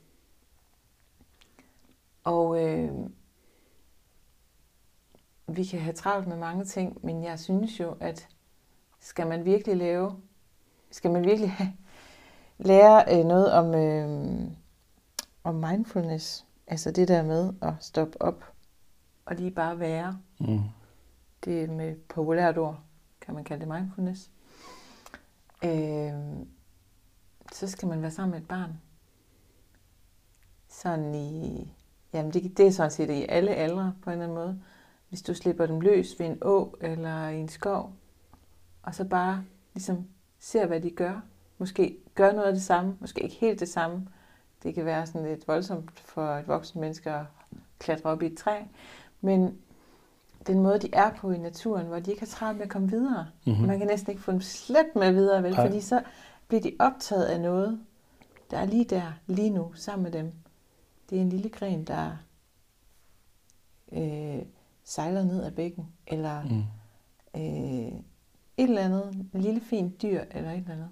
[SPEAKER 2] og øh, vi kan have travlt med mange ting, men jeg synes jo, at skal man virkelig lave, skal man virkelig have, lære øh, noget om, øh, om mindfulness, altså det der med at stoppe op og lige bare være.
[SPEAKER 3] Mm.
[SPEAKER 2] Det er med populært ord, kan man kalde det mindfulness. øh, så skal man være sammen med et barn. Sådan i, jamen det, det er sådan set i alle aldre på en eller anden måde. Hvis du slipper dem løs ved en å eller i en skov, og så bare ligesom ser, hvad de gør. Måske gør noget af det samme, måske ikke helt det samme. Det kan være sådan lidt voldsomt for et voksen menneske at klatre op i et træ. Men den måde, de er på i naturen, hvor de ikke har travlt med at komme videre. Mm-hmm. Man kan næsten ikke få dem slet med videre, vel? Fordi så bliver de optaget af noget, der er lige der, lige nu, sammen med dem. Det er en lille gren, der øh, sejler ned ad bækken, eller mm. øh, et eller andet, en lille fint dyr, eller et eller andet.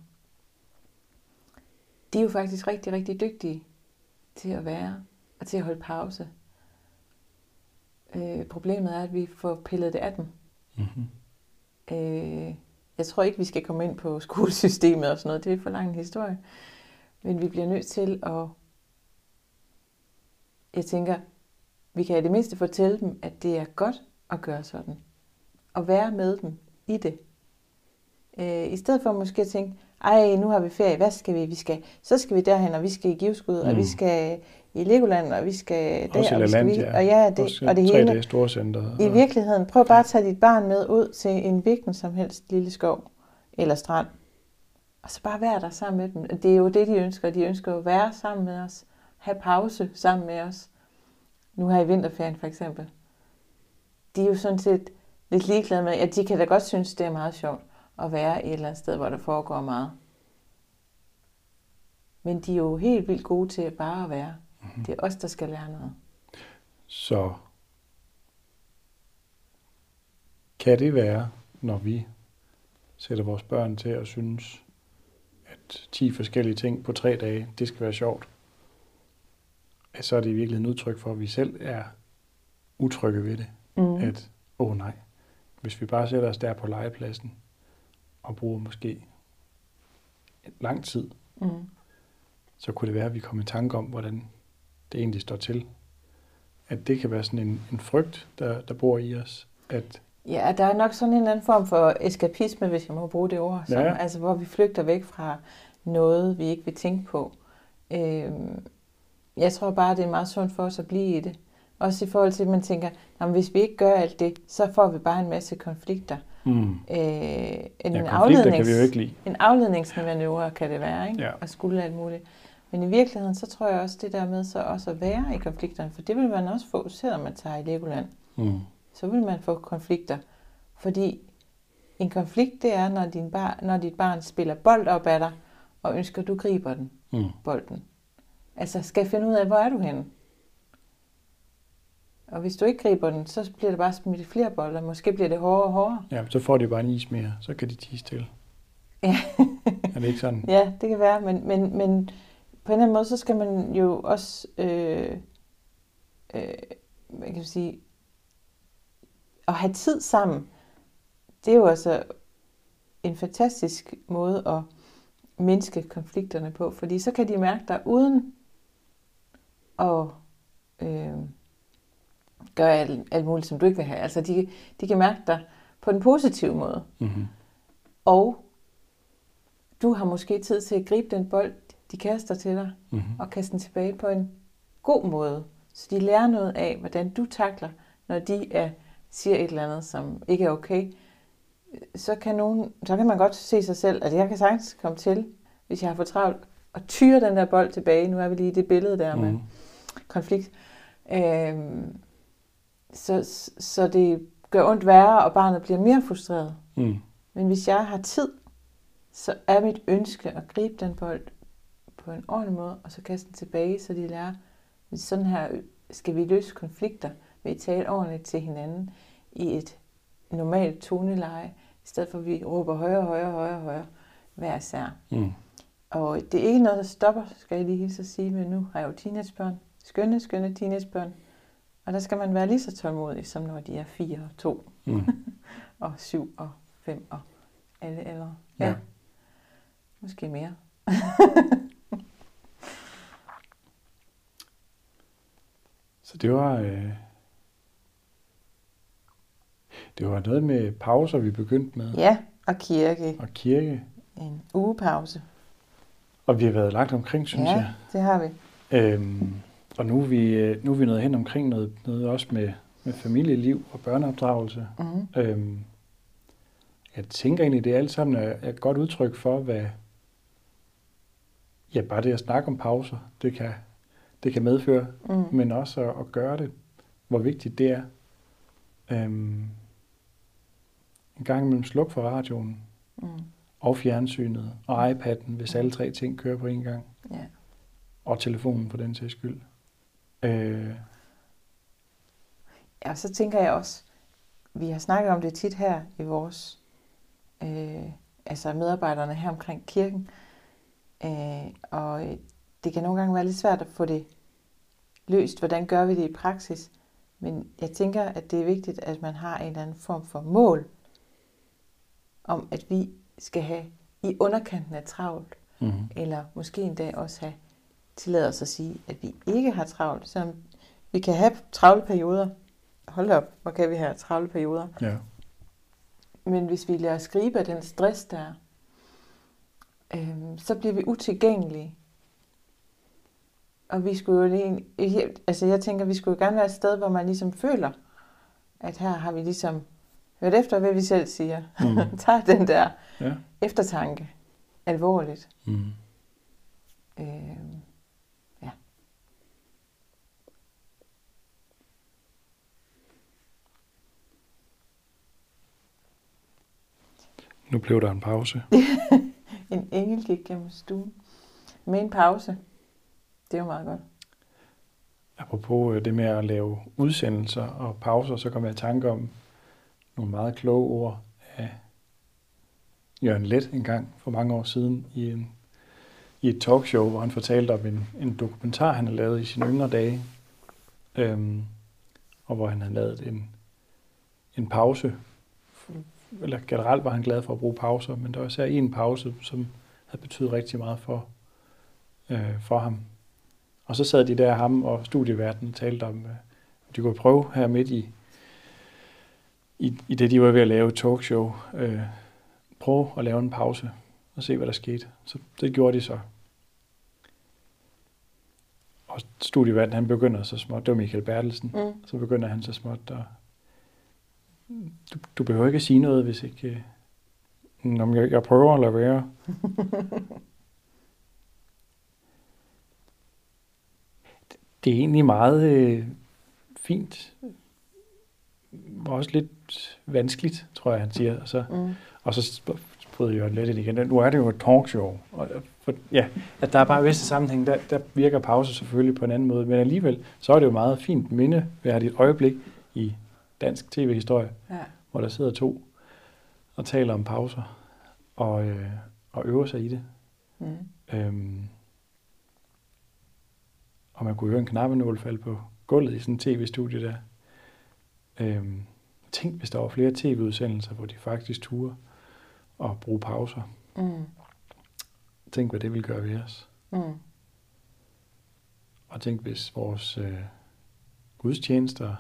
[SPEAKER 2] De er jo faktisk rigtig, rigtig dygtige til at være, og til at holde pause. Øh, problemet er, at vi får pillet det af dem. Mm-hmm. Øh, jeg tror ikke, vi skal komme ind på skolesystemet og sådan noget. Det er for lang en historie. Men vi bliver nødt til at... Jeg tænker, vi kan i det mindste fortælle dem, at det er godt at gøre sådan. Og være med dem i det. Øh, I stedet for måske at tænke, ej, nu har vi ferie, hvad skal vi? vi skal, så skal vi derhen, og vi skal i Givskud, mm. og vi skal i Legoland, og vi skal der, og vi skal vi, og ja, det, og det hele. I
[SPEAKER 3] og...
[SPEAKER 2] virkeligheden, prøv bare at tage dit barn med ud til en hvilken som helst lille skov eller strand, og så bare være der sammen med dem. Det er jo det, de ønsker. De ønsker at være sammen med os, have pause sammen med os. Nu her i vinterferien for eksempel. De er jo sådan set lidt ligeglade med, at de kan da godt synes, det er meget sjovt at være et eller andet sted, hvor der foregår meget. Men de er jo helt vildt gode til bare at være. Mm-hmm. Det er os, der skal lære noget.
[SPEAKER 3] Så kan det være, når vi sætter vores børn til at synes, at ti forskellige ting på tre dage, det skal være sjovt, at så er det i virkeligheden udtryk for, at vi selv er utrygge ved det. Mm. At, åh oh nej, hvis vi bare sætter os der på legepladsen, og bruger måske lang tid, mm. så kunne det være, at vi kommer i tanke om, hvordan det egentlig står til. At det kan være sådan en, en frygt, der, der bor i os. At
[SPEAKER 2] ja, der er nok sådan en eller anden form for eskapisme, hvis jeg må bruge det ord, som, ja. Altså hvor vi flygter væk fra noget, vi ikke vil tænke på. Øhm, jeg tror bare, det er meget sundt for os at blive i det. Også i forhold til, at man tænker, at hvis vi ikke gør alt det, så får vi bare en masse konflikter. Mm. Øh, en,
[SPEAKER 3] ja, aflednings, kan vi jo ikke lide.
[SPEAKER 2] En afledningsmanøvre kan det være, ikke?
[SPEAKER 3] Ja.
[SPEAKER 2] Og skulle alt muligt. Men i virkeligheden, så tror jeg også, det der med så også at være i konflikterne, for det vil man også få, selvom man tager i Legoland. Mm. Så vil man få konflikter. Fordi en konflikt, det er, når, din bar, når dit barn spiller bold op ad dig, og ønsker, at du griber den, mm. bolden. Altså, skal finde ud af, hvor er du henne? Og hvis du ikke griber den, så bliver det bare smidt flere bolde. Måske bliver det hårdere og hårdere.
[SPEAKER 3] Ja, så får de bare en is mere. Så kan de tige til.
[SPEAKER 2] Ja.
[SPEAKER 3] Er det ikke sådan?
[SPEAKER 2] Ja, det kan være. Men, men, men på en eller anden måde, så skal man jo også, øh, øh, hvad kan jeg sige, at have tid sammen. Det er jo altså en fantastisk måde at mindske konflikterne på. Fordi så kan de mærke dig uden at... Øh, gør alt, alt muligt, som du ikke vil have. Altså, de, de kan mærke dig på den positive måde. Mm-hmm. Og du har måske tid til at gribe den bold, de kaster til dig, mm-hmm. og kaste den tilbage på en god måde. Så de lærer noget af, hvordan du takler, når de er, siger et eller andet, som ikke er okay. Så kan, nogen, så kan man godt se sig selv, at jeg kan sagtens komme til, hvis jeg har fået travlt, og tyre den der bold tilbage. Nu er vi lige i det billede der mm-hmm. med konflikt. Øhm, Så, så det gør ondt værre, og barnet bliver mere frustreret. Mm. Men hvis jeg har tid, så er mit ønske at gribe den bold på en ordentlig måde, og så kaste den tilbage, så de lærer, at sådan her skal vi løse konflikter ved at tale ordentligt til hinanden i et normalt toneleje, i stedet for at vi råber højere, højere, højere, højere hver især. Mm. Og det er ikke noget, der stopper, skal jeg lige hilse at sige, men nu har jeg jo teenagebørn. Skønne, skønne teenagebørn. Og der skal man være lige så tålmodig, som når de er fire og to, mm. og syv og fem og alle aldre. Ja. ja. Måske mere.
[SPEAKER 3] Så det var, øh, det var noget med pauser, vi begyndte med.
[SPEAKER 2] Ja, og kirke.
[SPEAKER 3] Og kirke.
[SPEAKER 2] en ugepause.
[SPEAKER 3] Og vi har været lagt omkring, synes
[SPEAKER 2] ja,
[SPEAKER 3] jeg.
[SPEAKER 2] det har vi.
[SPEAKER 3] Øhm, og nu er, vi, nu er vi nået hen omkring noget, noget også med, med familieliv og børneopdragelse.
[SPEAKER 2] Mm-hmm.
[SPEAKER 3] Øhm, jeg tænker egentlig, det alt sammen er et godt udtryk for, hvad ja, bare det at snakke om pauser, det kan, det kan medføre,
[SPEAKER 2] Mm.
[SPEAKER 3] men også at, at gøre det, hvor vigtigt det er. Øhm, en gang imellem sluk for radioen,
[SPEAKER 2] Mm.
[SPEAKER 3] og fjernsynet, og iPad'en, hvis alle tre ting kører på en gang.
[SPEAKER 2] Ja.
[SPEAKER 3] Og telefonen for den sags skyld. Øh,
[SPEAKER 2] Ja, og så tænker jeg også, vi har snakket om det tit her i vores, øh, altså medarbejderne her omkring kirken, øh, og det kan nogle gange være lidt svært at få det løst. Hvordan gør vi det i praksis? Men jeg tænker, at det er vigtigt, at man har en eller anden form for mål, om at vi skal have i underkanten af travlt,
[SPEAKER 3] mm-hmm.
[SPEAKER 2] eller måske endda også have tilladt os at sige, at vi ikke har travlt. Så vi kan have travle perioder. Hold op, hvor kan vi have travle perioder.
[SPEAKER 3] Ja.
[SPEAKER 2] Men hvis vi lader os gribe af den stress der, øhm, så bliver vi utilgængelige. Og vi skulle jo lige, altså jeg tænker, vi skulle jo gerne være et sted, hvor man ligesom føler, at her har vi ligesom hørt efter, hvad vi selv siger. Mm. Tager den der
[SPEAKER 3] ja.
[SPEAKER 2] eftertanke alvorligt.
[SPEAKER 3] Mm.
[SPEAKER 2] Øhm, ja.
[SPEAKER 3] Nu blev der en pause.
[SPEAKER 2] En engel gik gennem stuen. Med en pause. Det er jo meget godt.
[SPEAKER 3] Apropos det med at lave udsendelser og pauser, så kom jeg i tanke om nogle meget kloge ord af Jørgen Leth en gang for mange år siden i, en, i et talkshow, hvor han fortalte om en, en dokumentar, han havde lavet i sine yngre dage, øhm, og hvor han havde lavet en, en pause. Eller generelt var han glad for at bruge pauser, men der var især en pause, som havde betydet rigtig meget for, øh, for ham. Og så sad de der, ham og studieværten, og talte om, at de kunne prøve her midt i, i, i det, de var ved at lave et talkshow, øh, prøve at lave en pause og se, hvad der skete. Så det gjorde de så. Og studieværten, han begynder så småt, det var Michael Bertelsen, mm. så begynder han så småt at, du, du behøver ikke at sige noget, hvis ikke, øh, jeg, jeg prøver at lade være. Det er egentlig meget øh, fint, og også lidt vanskeligt, tror jeg, han siger. Og så, mm. og så prøvede jeg lidt igen. Nu er det jo et talkshow. Og for, ja, at der er bare visse sammenhæng, der, der virker pause selvfølgelig på en anden måde. Men alligevel, så er det jo meget fint mindeværdigt øjeblik i dansk tv-historie, ja. Hvor der sidder to og taler om pauser og, øh, og øver sig i det. Mm. Øhm, og man kunne høre en knappenål falde på gulvet i sådan en tv-studie der. Øhm, tænk, hvis der var flere tv-udsendelser, hvor de faktisk turde at bruge pauser. Mm. Tænk, hvad det ville gøre ved os. Mm. Og tænk, hvis vores øh, gudstjenester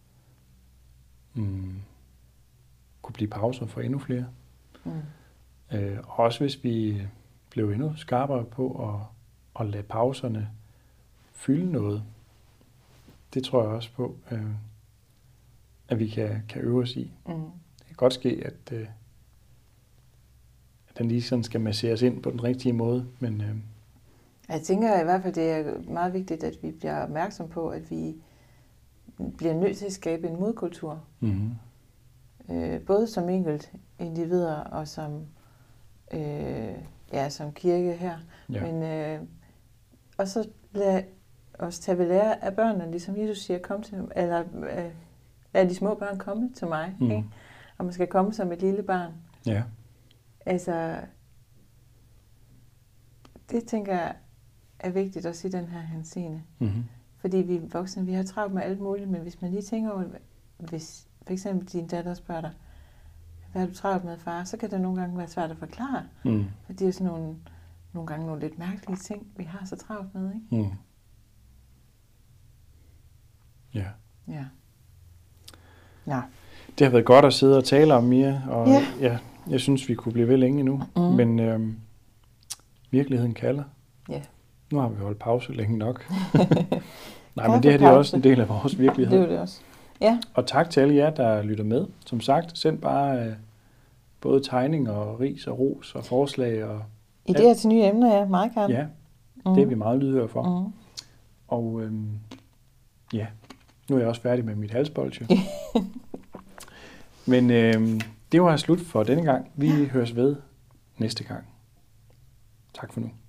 [SPEAKER 3] mm, kunne blive pauser for endnu flere. Mm. Øh, og også hvis vi blev endnu skarpere på at, at lade pauserne fylde noget. Det tror jeg også på, øh, at vi kan, kan øve os i. Mm. Det kan godt ske, at, øh, at den lige sådan skal masseres ind på den rigtige måde. Men, øh,
[SPEAKER 2] jeg tænker i hvert fald, det er meget vigtigt, at vi bliver opmærksom på, at vi bliver nødt til at skabe en modkultur. Mm-hmm. Øh, både som enkelt individer og som, øh, ja, som kirke her. Ja. Men øh, og så lad os tage ved lære af børnene, ligesom Jesus siger, kom til, eller øh, lad de små børn komme til mig. Mm. Ikke? Og man skal komme som et lille barn.
[SPEAKER 3] Ja.
[SPEAKER 2] Altså, det tænker jeg er vigtigt også i den her henseende. Mm-hmm. Fordi vi voksne, vi har travlt med alt muligt, men hvis man lige tænker over, hvis for eksempel din datter spørger dig, hvad er du travlt med, far? Så kan det nogle gange være svært at forklare. Mm. For det er jo sådan nogle, nogle gange nogle lidt mærkelige ting, vi har så travlt med, ikke?
[SPEAKER 3] Mm. Ja.
[SPEAKER 2] Ja. Ja.
[SPEAKER 3] Det har været godt at sidde og tale om, Mia, og ja. Ja, Jeg synes, vi kunne blive ved længe nu, mm. men øhm, virkeligheden kalder.
[SPEAKER 2] Ja.
[SPEAKER 3] Nu har vi holdt pause længe nok. Nej, men det her det er også en del af vores virkelighed.
[SPEAKER 2] Det er det også. Ja.
[SPEAKER 3] Og tak til alle jer, der lytter med. Som sagt, send bare øh, både tegning og ris og ros og forslag. Og
[SPEAKER 2] idéer ja. til nye emner, ja. Meget gerne.
[SPEAKER 3] Ja, mm. det er vi meget lydhøre for.
[SPEAKER 2] Mm.
[SPEAKER 3] Og øhm, ja, nu er jeg også færdig med mit halsbolde. Men øhm, det var slut for denne gang. Vi høres ved næste gang. Tak for nu.